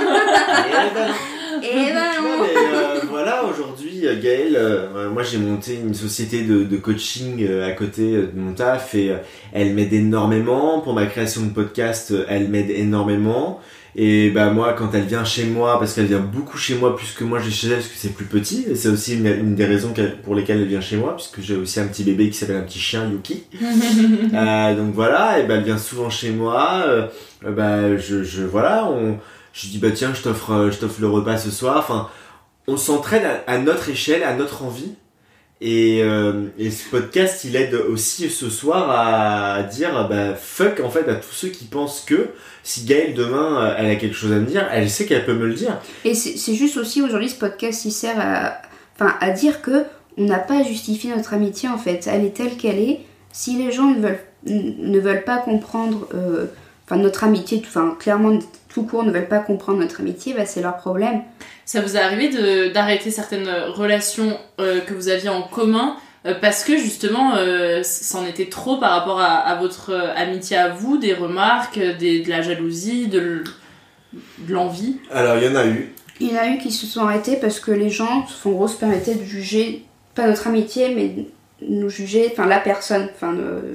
Voilà, aujourd'hui, Gaëlle, moi j'ai monté une société de coaching à côté de mon taf et elle m'aide énormément. Pour ma création de podcast, elle m'aide énormément. Et moi, quand elle vient chez moi, parce qu'elle vient beaucoup chez moi plus que moi, je vais chez elle parce que c'est plus petit. Et c'est aussi une des raisons pour lesquelles elle vient chez moi, puisque j'ai aussi un petit bébé qui s'appelle un petit chien, Yuki. Donc voilà, et elle vient souvent chez moi. Je dis tiens, je t'offre le repas ce soir. Enfin, on s'entraîne à notre échelle, à notre envie. Et ce podcast, il aide aussi ce soir à dire fuck en fait à tous ceux qui pensent que si Gaëlle demain elle a quelque chose à me dire, elle sait qu'elle peut me le dire. Et c'est juste aussi aujourd'hui ce podcast il sert à dire que on n'a pas à justifier notre amitié en fait, elle est telle qu'elle est. Si les gens ne veulent pas comprendre notre amitié, clairement tout court ne veulent pas comprendre notre amitié, c'est leur problème. Ça vous est arrivé d'arrêter certaines relations que vous aviez en commun parce que justement c'en était trop par rapport à votre amitié à vous, des remarques, de la jalousie, de l'envie? Alors il y en a eu. Il y en a eu qui se sont arrêtés parce que les gens se permettaient de juger, pas notre amitié, mais nous juger, enfin la personne, ouais,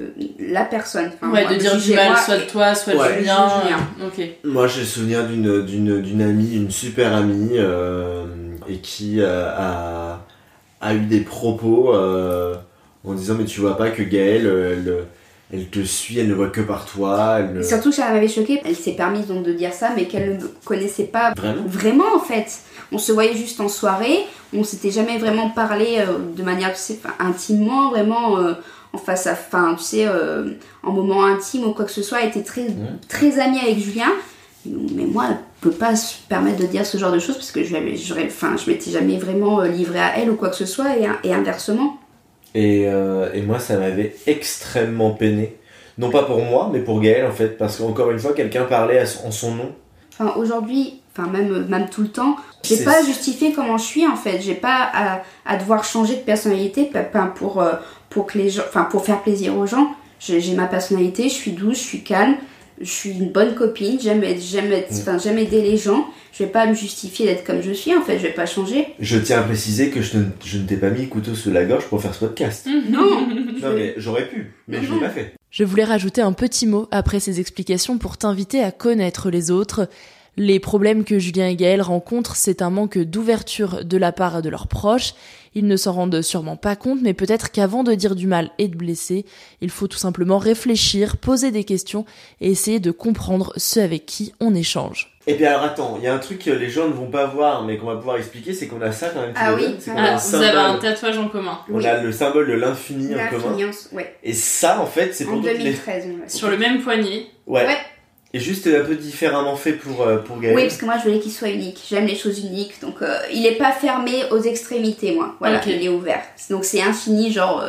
moi, de dire du mal, moi, soit de toi, soit de Julien. Ok. Moi, j'ai le souvenir d'une amie, une super amie, et qui a eu des propos en disant mais tu vois pas que Gaëlle, elle te suit, elle ne voit que par toi. Et surtout, ça m'avait choquée. Elle s'est permise donc de dire ça, mais qu'elle ne me connaissait pas vraiment en fait. On se voyait juste en soirée, on s'était jamais vraiment parlé de manière, tu sais, intimement, vraiment en face à face, tu sais, en moment intime ou quoi que ce soit. Elle était très amie avec Julien. Mais moi, elle peut pas se permettre de dire ce genre de choses parce que je m'étais jamais vraiment livrée à elle ou quoi que ce soit et inversement. Et moi, ça m'avait extrêmement peiné. Non pas pour moi, mais pour Gaëlle en fait. Parce qu'encore une fois, quelqu'un parlait en son nom. Aujourd'hui, même tout le temps, j'ai pas à justifier comment je suis en fait. J'ai pas à devoir changer de personnalité pour que les gens, pour faire plaisir aux gens. J'ai ma personnalité, je suis douce, je suis calme. Je suis une bonne copine, j'aime aider les gens. Je vais pas me justifier d'être comme je suis, en fait, je vais pas changer. Je tiens à préciser que je ne t'ai pas mis le couteau sous la gorge pour faire ce podcast. Non. Non mais j'aurais pu, mais je l'ai pas fait. Je voulais rajouter un petit mot après ces explications pour t'inviter à connaître les autres. Les problèmes que Julien et Gaëlle rencontrent, c'est un manque d'ouverture de la part de leurs proches. Ils ne s'en rendent sûrement pas compte, mais peut-être qu'avant de dire du mal et de blesser, il faut tout simplement réfléchir, poser des questions et essayer de comprendre ceux avec qui on échange. Et puis alors attends, il y a un truc que les gens ne vont pas voir, mais qu'on va pouvoir expliquer, c'est qu'on a ça quand même. Vous avez un tatouage en commun. On a le symbole de l'infini en commun. Ouais. Et ça, en fait, c'est pour en 2013. Sur le même poignet. Ouais. Et juste un peu différemment fait pour Gaëlle. Oui, parce que moi je voulais qu'il soit unique. J'aime les choses uniques. Donc il est pas fermé aux extrémités, moi. Voilà, okay. Il est ouvert. Donc c'est infini, genre...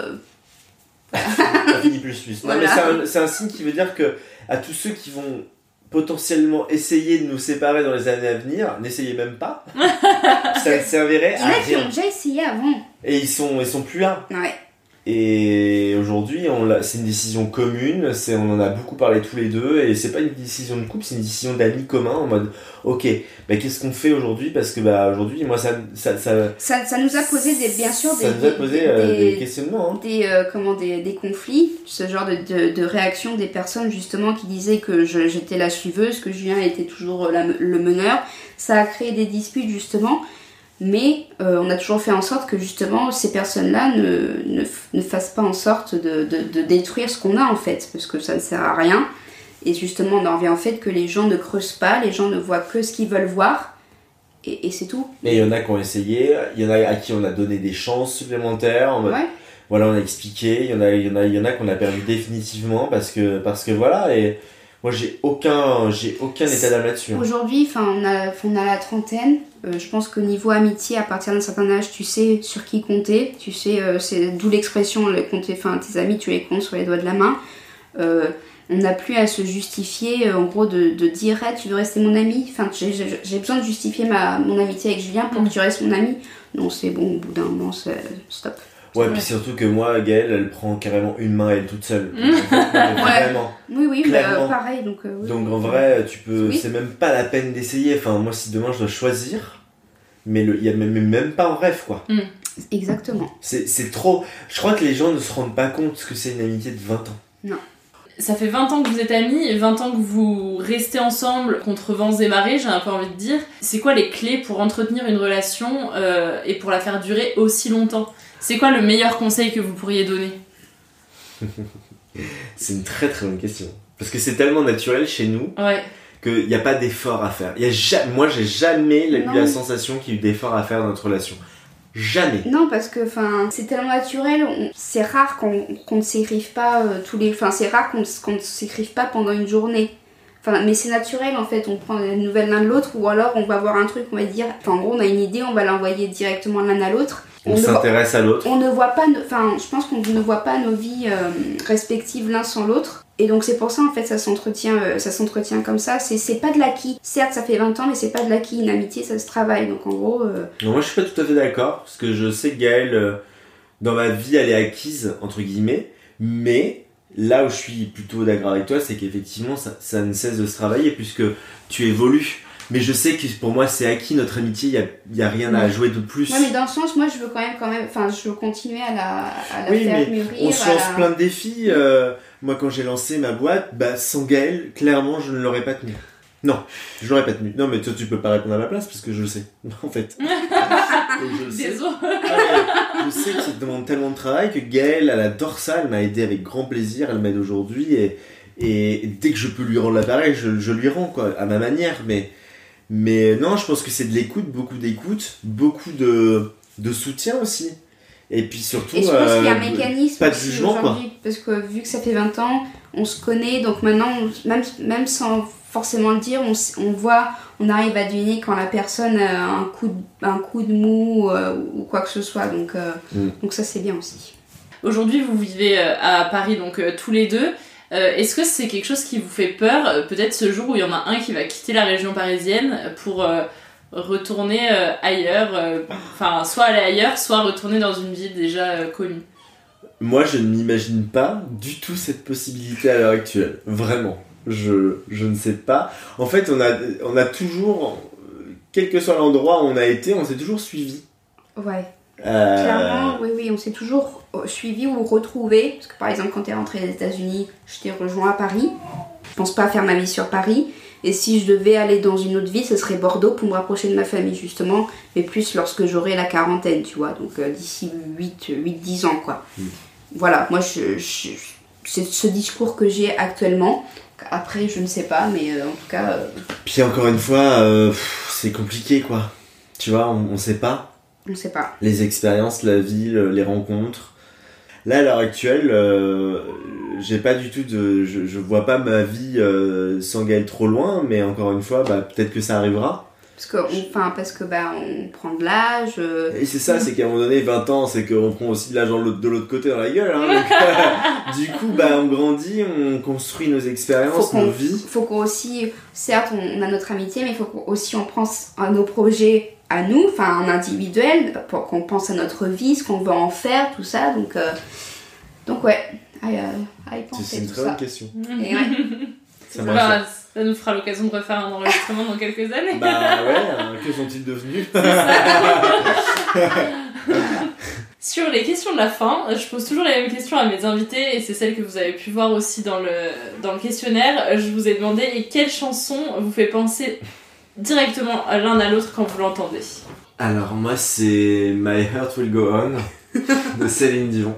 Infini plus. Voilà. Non, mais c'est un signe qui veut dire que à tous ceux qui vont potentiellement essayer de nous séparer dans les années à venir, n'essayez même pas. Ça ne servirait à rien. Il y en a qui ont déjà essayé avant. Et ils sont plus là. Ouais. Et aujourd'hui, c'est une décision commune, on en a beaucoup parlé tous les deux, et c'est pas une décision de couple, c'est une décision d'amis communs en mode ok, bah qu'est-ce qu'on fait aujourd'hui, parce que bah aujourd'hui, moi ça nous a posé des questionnements, hein. des conflits, ce genre de réaction des personnes justement qui disaient que j'étais la suiveuse, que Julien était toujours le meneur. Ça a créé des disputes justement. Mais on a toujours fait en sorte que justement ces personnes-là ne fassent pas en sorte de détruire ce qu'on a en fait, parce que ça ne sert à rien. Et justement on en revient au fait que les gens ne creusent pas, les gens ne voient que ce qu'ils veulent voir, et c'est tout. Et il y en a qui ont essayé, il y en a à qui on a donné des chances supplémentaires, en mode, voilà, on a expliqué, il y en a qu'on a perdu définitivement parce que voilà. Et moi j'ai aucun état d'âme là-dessus. Aujourd'hui, on a la trentaine. Je pense qu'au niveau amitié, à partir d'un certain âge, tu sais sur qui compter. Tu sais, c'est d'où l'expression compter. Tes amis, tu les comptes sur les doigts de la main. On n'a plus à se justifier, en gros, de dire hey, tu veux rester mon ami. J'ai besoin de justifier mon amitié avec Julien pour que tu restes mon ami. Non, c'est bon. Au bout d'un moment, stop. Ouais, puis surtout que moi, Gaëlle, elle prend carrément une main elle toute seule. Vraiment. Oui, pareil. Donc en vrai, tu peux. Oui. C'est même pas la peine d'essayer. Enfin, moi, si demain je dois choisir, mais il y a même pas en rêve, quoi. Exactement. C'est trop. Je crois que les gens ne se rendent pas compte que c'est une amitié de 20 ans. Non. Ça fait 20 ans que vous êtes amis, 20 ans que vous restez ensemble contre vents et marées, j'ai un peu envie de dire. C'est quoi les clés pour entretenir une relation et pour la faire durer aussi longtemps ? C'est quoi le meilleur conseil que vous pourriez donner ? C'est une très très bonne question. Parce que c'est tellement naturel chez nous qu'il n'y a pas d'effort à faire. Moi, j'ai jamais eu la sensation qu'il y a eu d'effort à faire dans notre relation. Jamais. Non, parce que c'est tellement naturel, c'est rare qu'on ne s'écrive pas c'est rare qu'on ne s'écrive pas pendant une journée. Mais c'est naturel en fait, on prend des nouvelles l'un de l'autre, ou alors on va voir un truc, on va dire, en gros on a une idée, on va l'envoyer directement l'un à l'autre. On s'intéresse à l'autre. On ne voit pas, je pense qu'on ne voit pas nos vies respectives l'un sans l'autre. Et donc c'est pour ça en fait ça s'entretient comme ça. C'est pas de l'acquis. Certes ça fait 20 ans mais c'est pas de l'acquis. Une amitié ça se travaille. Donc en gros... Non, moi je suis pas tout à fait d'accord. Parce que je sais que Gaëlle, dans ma vie elle est acquise entre guillemets. Mais là où je suis plutôt d'accord avec toi, c'est qu'effectivement ça ne cesse de se travailler puisque tu évolues. Mais je sais que pour moi c'est acquis notre amitié, il y a rien à jouer de plus. Ouais, mais dans le sens, moi je veux quand même, enfin je veux continuer à la oui, faire mais mûrir. on se lance plein de défis. Moi quand j'ai lancé ma boîte, sans Gaël, clairement je ne l'aurais pas tenu. Non, je l'aurais pas tenu. Non mais toi tu peux pas répondre à ma place parce que je le sais, en fait. Désolé. Je sais que ça demande tellement de travail que Gaël, elle adore ça, elle m'a aidé avec grand plaisir, elle m'aide aujourd'hui et dès que je peux lui rendre l'appareil, je lui rends quoi, à ma manière, mais non, je pense que c'est de l'écoute, beaucoup de soutien aussi. Et puis surtout, et je pense qu'il y a un mécanisme pas de jugement quoi. Parce que vu que ça fait 20 ans, on se connaît, donc maintenant, même sans forcément le dire, on arrive à deviner quand la personne a un coup de mou ou quoi que ce soit, donc ça c'est bien aussi. Aujourd'hui vous vivez à Paris, donc tous les deux. Est-ce que c'est quelque chose qui vous fait peur, peut-être ce jour où il y en a un qui va quitter la région parisienne pour retourner ailleurs, soit aller ailleurs, soit retourner dans une ville déjà connue? Moi je ne m'imagine pas du tout cette possibilité à l'heure actuelle, vraiment. Je ne sais pas. En fait on a toujours, quel que soit l'endroit où on a été, on s'est toujours suivi. Ouais. Clairement, oui, on s'est toujours suivi ou retrouvé. Parce que par exemple, quand t'es rentré aux États-Unis, je t'ai rejoint à Paris. Je pense pas faire ma vie sur Paris. Et si je devais aller dans une autre ville, ce serait Bordeaux pour me rapprocher de ma famille, justement. Mais plus lorsque j'aurai la quarantaine, tu vois. Donc d'ici 8-10 ans, quoi. Voilà, moi, c'est ce discours que j'ai actuellement. Après, je ne sais pas, mais en tout cas... Puis encore une fois, c'est compliqué, quoi. Tu vois, on sait pas. On sait pas. Les expériences, la vie, les rencontres. Là, à l'heure actuelle, j'ai pas du tout je vois pas ma vie sans Gaël trop loin, mais encore une fois, peut-être que ça arrivera. Parce que on prend de l'âge. Et c'est ça, c'est qu'à un moment donné, 20 ans, c'est qu'on prend aussi de l'âge de l'autre côté dans la gueule. Hein, donc, du coup, on grandit, on construit nos expériences, nos vies. Faut qu'on aussi, certes, on a notre amitié, mais il faut qu'on pense à nos projets à nous, en individuel, pour qu'on pense à notre vie, ce qu'on veut en faire, tout ça. Donc ouais, à y penser. C'est une très bonne question. Et ouais. Ça nous fera l'occasion de refaire un enregistrement dans quelques années. Que sont-ils devenus? Sur les questions de la fin, je pose toujours les mêmes questions à mes invités et c'est celle que vous avez pu voir aussi dans le questionnaire. Je vous ai demandé quelle chanson vous fait penser directement l'un à l'autre quand vous l'entendez. Alors moi c'est My Heart Will Go On de Céline Dion.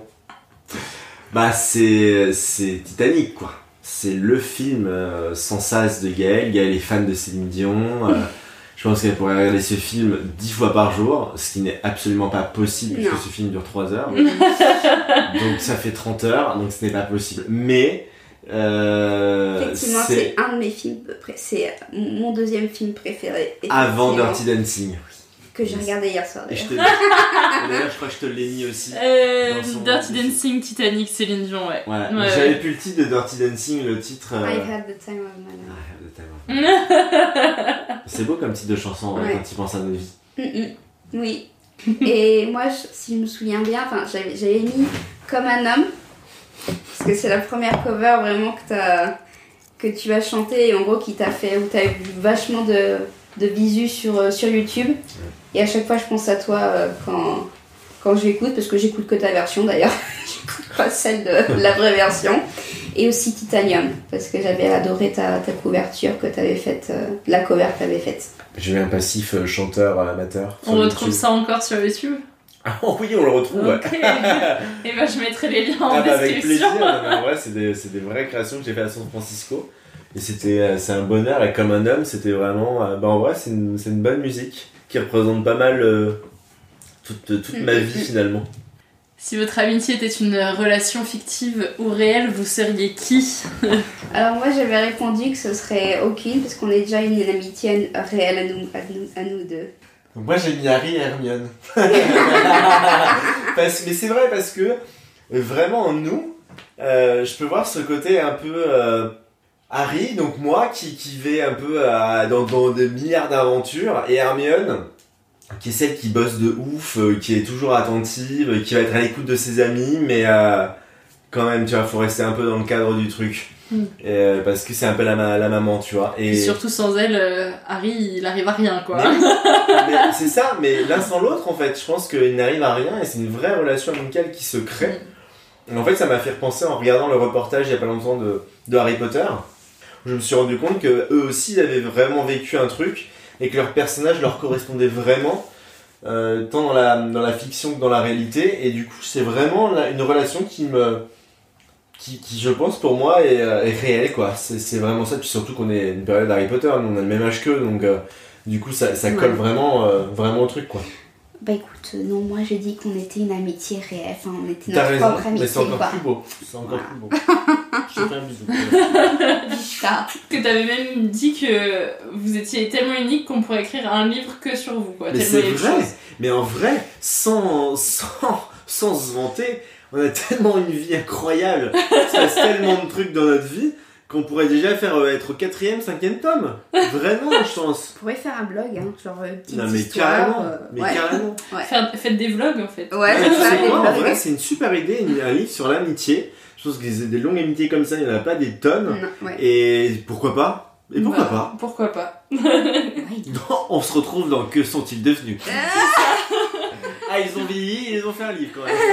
C'est Titanic quoi. C'est le film sans sas de Gaël. Gaël est fan de Céline Dion. Je pense qu'elle pourrait regarder ce film 10 fois par jour, ce qui n'est absolument pas possible puisque ce film dure 3 heures. Donc ça fait 30 heures, donc ce n'est pas possible. Mais effectivement, c'est un de mes films, c'est mon deuxième film préféré. Avant Dirty Dancing. Que j'ai regardé hier soir. D'ailleurs, je crois que je te l'ai mis aussi. Dirty Dancing, Titanic, Céline Dion, ouais. J'avais plus le titre de Dirty Dancing, le titre. I had the time of my life. C'est beau comme titre de chanson quand tu penses à nos vies. Oui. Et moi, si je me souviens bien, j'avais mis Comme un homme. Parce que c'est la première cover vraiment que tu as chanté et en gros qui t'a fait, où t'as eu vachement de visus sur YouTube. Et à chaque fois je pense à toi quand j'écoute, parce que j'écoute que ta version d'ailleurs. J'écoute pas celle de la vraie version. Et aussi Titanium, parce que j'avais adoré ta couverture que t'avais faite, la cover que t'avais faite. J'ai eu un passif chanteur amateur. On retrouve ça encore sur YouTube? Ah oui, on le retrouve. Okay. Et je mettrai les liens en description. Avec plaisir. En vrai, c'est des vraies créations que j'ai fait à San Francisco. Et c'est un bonheur. Et Comme un homme, c'était vraiment... en vrai, c'est une bonne musique qui représente pas mal toute ma vie finalement. Si votre amitié était une relation fictive ou réelle, vous seriez qui? Alors moi j'avais répondu que ce serait aucune, parce qu'on est déjà une amitié réelle à nous deux. Donc moi j'ai mis Harry et Hermione. Mais c'est vrai parce que vraiment en nous, je peux voir ce côté un peu Harry, donc moi qui vais un peu dans des milliards d'aventures, et Hermione qui est celle qui bosse de ouf, qui est toujours attentive, qui va être à l'écoute de ses amis, mais quand même, tu vois, faut rester un peu dans le cadre du truc. Parce que c'est un peu la maman, tu vois. Et surtout sans elle, Harry, il arrive à rien, quoi. Mais c'est ça, mais l'un sans l'autre, en fait, je pense qu'il n'arrive à rien et c'est une vraie relation amicale qui se crée. Et en fait, ça m'a fait repenser en regardant le reportage il y a pas longtemps de Harry Potter. Je me suis rendu compte que eux aussi ils avaient vraiment vécu un truc et que leur personnage leur correspondait vraiment, tant dans la fiction que dans la réalité. Et du coup, c'est vraiment une relation qui je pense pour moi est réelle, quoi. C'est vraiment ça. Puis surtout qu'on est une période d'Harry Potter, nous on a le même âge qu'eux, donc du coup ça colle vraiment au truc, quoi. Bah écoute, non, moi j'ai dit qu'on était une amitié réelle, enfin on était T'as notre raison, propre amitié. mais c'est encore quoi. plus beau. C'est encore plus beau. Je te fais un bisou. Que t'avais même dit que vous étiez tellement unique qu'on pourrait écrire un livre que sur vous, quoi. Mais c'est vrai, mais en vrai, sans se vanter, on a tellement une vie incroyable, il se passe tellement de trucs dans notre vie qu'on pourrait déjà faire être au 4e, 5e tome. Vraiment, je pense. On pourrait faire un blog, hein, genre une petite non, mais histoire. Carrément. Ouais. Faites des vlogs, en fait. Ouais, c'est ça, des en vlogs. vrai, c'est une super idée, un livre sur l'amitié. Je pense que des longues amitiés comme ça, il n'y en a pas des tonnes. Non, ouais. Et pourquoi pas ? Et pourquoi pas ? Pourquoi pas ? On se retrouve dans Que sont-ils devenus ? Ah, ils ont vieilli, ils ont fait un livre quand même.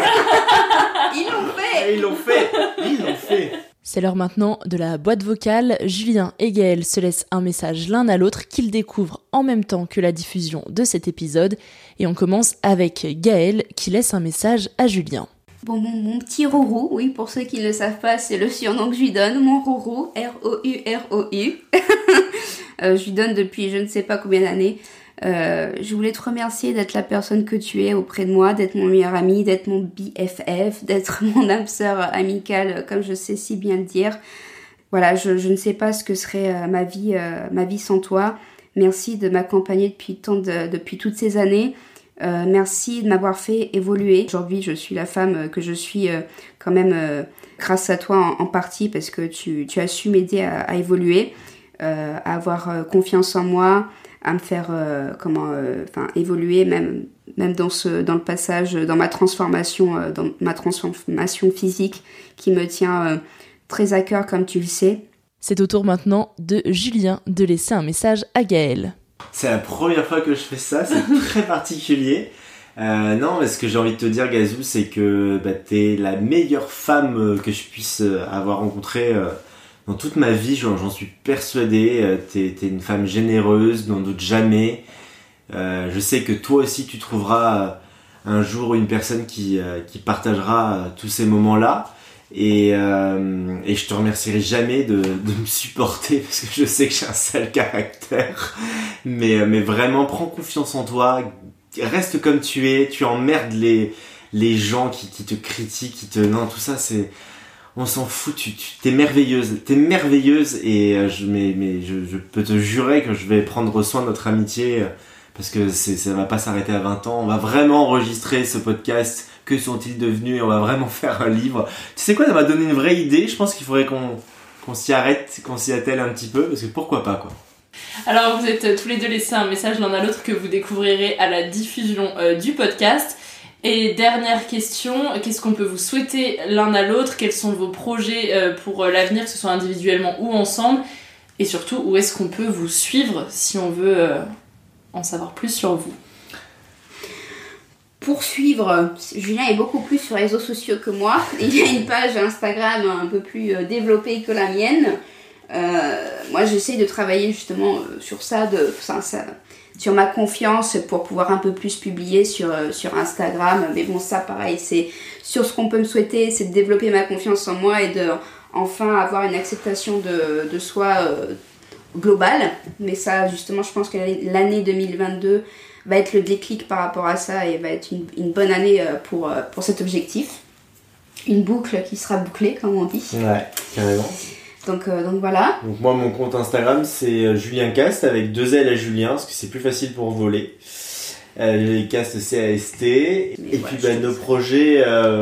Ils l'ont fait. C'est l'heure maintenant de la boîte vocale. Julien et Gaël se laissent un message l'un à l'autre qu'ils découvrent en même temps que la diffusion de cet épisode. Et on commence avec Gaël qui laisse un message à Julien. Bon, mon petit Rourou, oui, pour ceux qui ne le savent pas, c'est le surnom que je lui donne, mon Rourou, R-O-U-R-O-U. Je lui donne depuis je ne sais pas combien d'années. Je voulais te remercier d'être la personne que tu es auprès de moi, d'être mon meilleur ami, d'être mon BFF, d'être mon âme sœur amicale, comme je sais si bien le dire. Voilà, je ne sais pas ce que serait ma vie sans toi. Merci de m'accompagner depuis toutes ces années. Merci de m'avoir fait évoluer. Aujourd'hui, je suis la femme que je suis quand même grâce à toi en partie parce que tu as su m'aider à évoluer, à avoir confiance en moi, à me faire évoluer même dans le passage, dans ma transformation physique qui me tient très à cœur comme tu le sais. C'est au tour maintenant de Julien de laisser un message à Gaël. C'est la première fois que je fais ça, c'est très particulier. Non, mais ce que j'ai envie de te dire, Gazou, c'est que t'es la meilleure femme que je puisse avoir rencontrée dans toute ma vie. J'en suis persuadé. T'es une femme généreuse, n'en doute jamais. Je sais que toi aussi, tu trouveras un jour une personne qui partagera tous ces moments-là. Et je te remercierai jamais de me supporter parce que je sais que j'ai un sale caractère, mais vraiment prends confiance en toi, reste comme tu es, tu emmerdes les gens qui te critiquent, non, tout ça c'est, on s'en fout, t'es merveilleuse et je peux te jurer que je vais prendre soin de notre amitié parce que ça va pas s'arrêter à 20 ans, on va vraiment enregistrer ce podcast. Que sont-ils devenus ? Et on va vraiment faire un livre. Tu sais quoi, ça m'a donné une vraie idée. Je pense qu'il faudrait qu'on s'y arrête, qu'on s'y attelle un petit peu, parce que pourquoi pas, quoi. Alors, vous êtes tous les deux laissés un message l'un à l'autre que vous découvrirez à la diffusion du podcast. Et dernière question, qu'est-ce qu'on peut vous souhaiter l'un à l'autre ? Quels sont vos projets pour l'avenir, que ce soit individuellement ou ensemble ? Et surtout, où est-ce qu'on peut vous suivre si on veut en savoir plus sur vous ? Pour suivre, Julien est beaucoup plus sur les réseaux sociaux que moi. Il a une page Instagram un peu plus développée que la mienne. Moi, j'essaie de travailler justement sur sur ma confiance pour pouvoir un peu plus publier sur Instagram. Mais bon, ça, pareil, c'est sur ce qu'on peut me souhaiter, c'est de développer ma confiance en moi et de enfin avoir une acceptation de soi globale. Mais ça, justement, je pense que l'année 2022 va être le déclic par rapport à ça et va être une bonne année pour cet objectif. Une boucle qui sera bouclée, comme on dit. Ouais, carrément. Donc voilà. Donc moi, mon compte Instagram, c'est Julien Cast avec 2 L à Julien, parce que c'est plus facile pour voler. Cast, C-A-S-T. Et puis nos projets,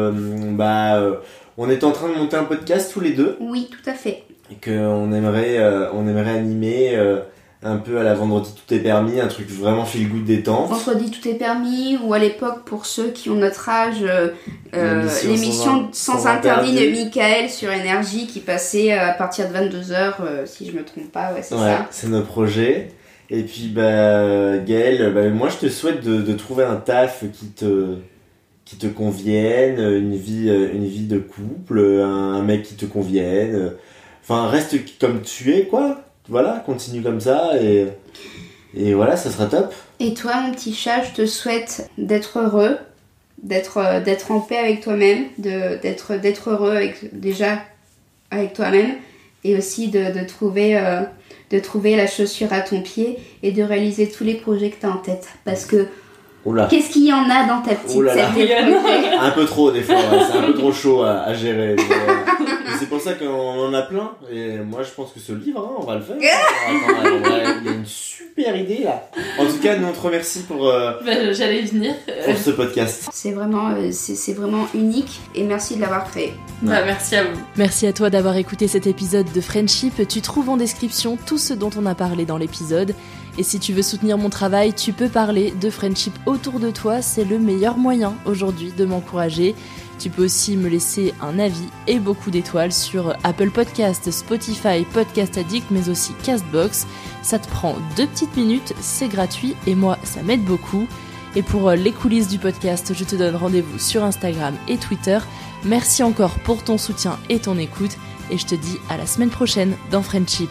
on est en train de monter un podcast tous les deux. Oui, tout à fait. Et qu'on aimerait animer... un peu à la Vendredi Tout est permis, un truc vraiment feel good détente. Vendredi Tout est permis, ou à l'époque, pour ceux qui ont notre âge, l'émission Sans Interdit de Michael sur Énergie qui passait à partir de 22h, si je me trompe pas, c'est ça. C'est nos projets. Et puis Gaëlle, moi je te souhaite de trouver un taf qui te convienne, une vie de couple, un mec qui te convienne. Enfin, reste comme tu es, quoi. Voilà, continue comme ça et voilà, ça sera top. Et toi, mon petit chat, je te souhaite d'être heureux, d'être en paix avec toi-même, d'être heureux avec toi-même, et aussi de trouver la chaussure à ton pied et de réaliser tous les projets que tu as en tête. Parce que qu'est-ce qu'il y en a dans ta petite tête de projet? Un peu trop des fois, c'est un peu trop chaud à gérer. Mais c'est pour ça qu'on en a plein. Et moi je pense que ce livre, on va le faire. Il y a une super idée là. En tout cas, nous on te remercie pour j'allais venir pour ce podcast. C'est vraiment unique et merci de l'avoir créé. Merci à vous. Merci à toi d'avoir écouté cet épisode de Friendship. Tu trouves en description tout ce dont on a parlé dans l'épisode. Et si tu veux soutenir mon travail, tu peux parler de Friendship autour de toi. C'est le meilleur moyen aujourd'hui de m'encourager. Tu peux aussi me laisser un avis et beaucoup d'étoiles sur Apple Podcasts, Spotify, Podcast Addict, mais aussi Castbox. Ça te prend 2 petites minutes, c'est gratuit et moi, ça m'aide beaucoup. Et pour les coulisses du podcast, je te donne rendez-vous sur Instagram et Twitter. Merci encore pour ton soutien et ton écoute. Et je te dis à la semaine prochaine dans Friendship.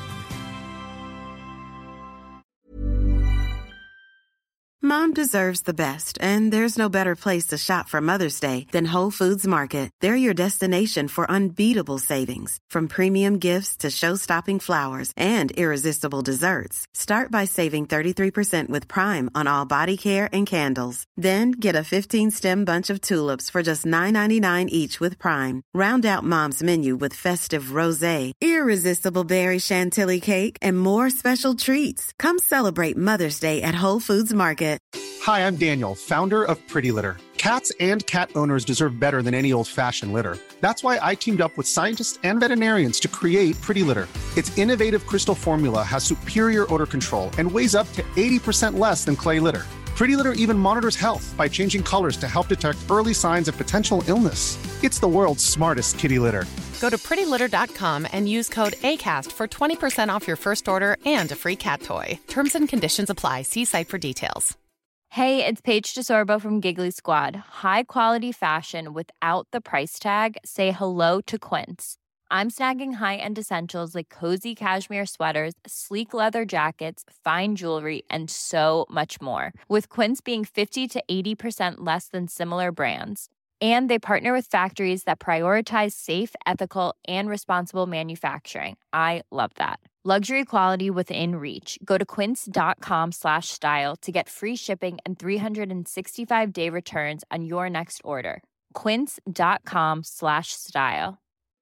Mom deserves the best, and there's no better place to shop for Mother's Day than Whole Foods Market. They're your destination for unbeatable savings, from premium gifts to show-stopping flowers and irresistible desserts. Start by saving 33% with Prime on all body care and candles. Then get a 15-stem bunch of tulips for just $9.99 each with Prime. Round out Mom's menu with festive rosé, irresistible berry chantilly cake, and more special treats. Come celebrate Mother's Day at Whole Foods Market. Hi, I'm Daniel, founder of Pretty Litter. Cats and cat owners deserve better than any old-fashioned litter. That's why I teamed up with scientists and veterinarians to create Pretty Litter. Its innovative crystal formula has superior odor control and weighs up to 80% less than clay litter. Pretty Litter even monitors health by changing colors to help detect early signs of potential illness. It's the world's smartest kitty litter. Go to prettylitter.com and use code ACAST for 20% off your first order and a free cat toy. Terms and conditions apply. See site for details. Hey, it's Paige DeSorbo from Giggly Squad. High quality fashion without the price tag. Say hello to Quince. I'm snagging high-end essentials like cozy cashmere sweaters, sleek leather jackets, fine jewelry, and so much more. With Quince being 50 to 80% less than similar brands. And they partner with factories that prioritize safe, ethical, and responsible manufacturing. I love that. Luxury quality within reach. Go to quince.com/style to get free shipping and 365-day returns on your next order. Quince.com/style.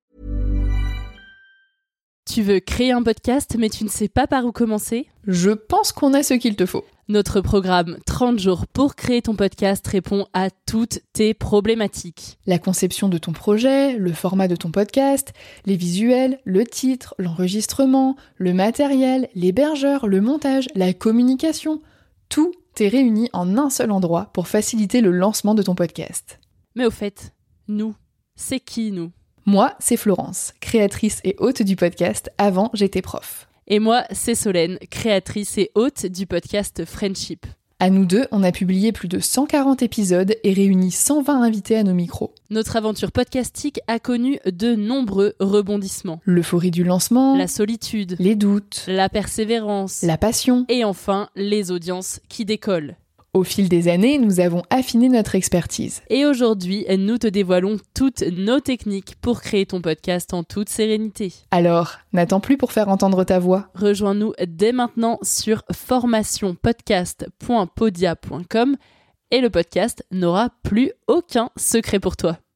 Tu veux créer un podcast mais tu ne sais pas par où commencer ? Je pense qu'on a ce qu'il te faut. Notre programme 30 jours pour créer ton podcast répond à toutes tes problématiques. La conception de ton projet, le format de ton podcast, les visuels, le titre, l'enregistrement, le matériel, l'hébergeur, le montage, la communication, tout est réuni en un seul endroit pour faciliter le lancement de ton podcast. Mais au fait, nous, c'est qui nous ? Moi, c'est Florence, créatrice et hôte du podcast Avant j'étais prof. Et moi, c'est Solène, créatrice et hôte du podcast Friendship. À nous deux, on a publié plus de 140 épisodes et réuni 120 invités à nos micros. Notre aventure podcastique a connu de nombreux rebondissements. L'euphorie du lancement, la solitude, les doutes, la persévérance, la passion et enfin les audiences qui décollent. Au fil des années, nous avons affiné notre expertise. Et aujourd'hui, nous te dévoilons toutes nos techniques pour créer ton podcast en toute sérénité. Alors, n'attends plus pour faire entendre ta voix. Rejoins-nous dès maintenant sur formationpodcast.podia.com et le podcast n'aura plus aucun secret pour toi.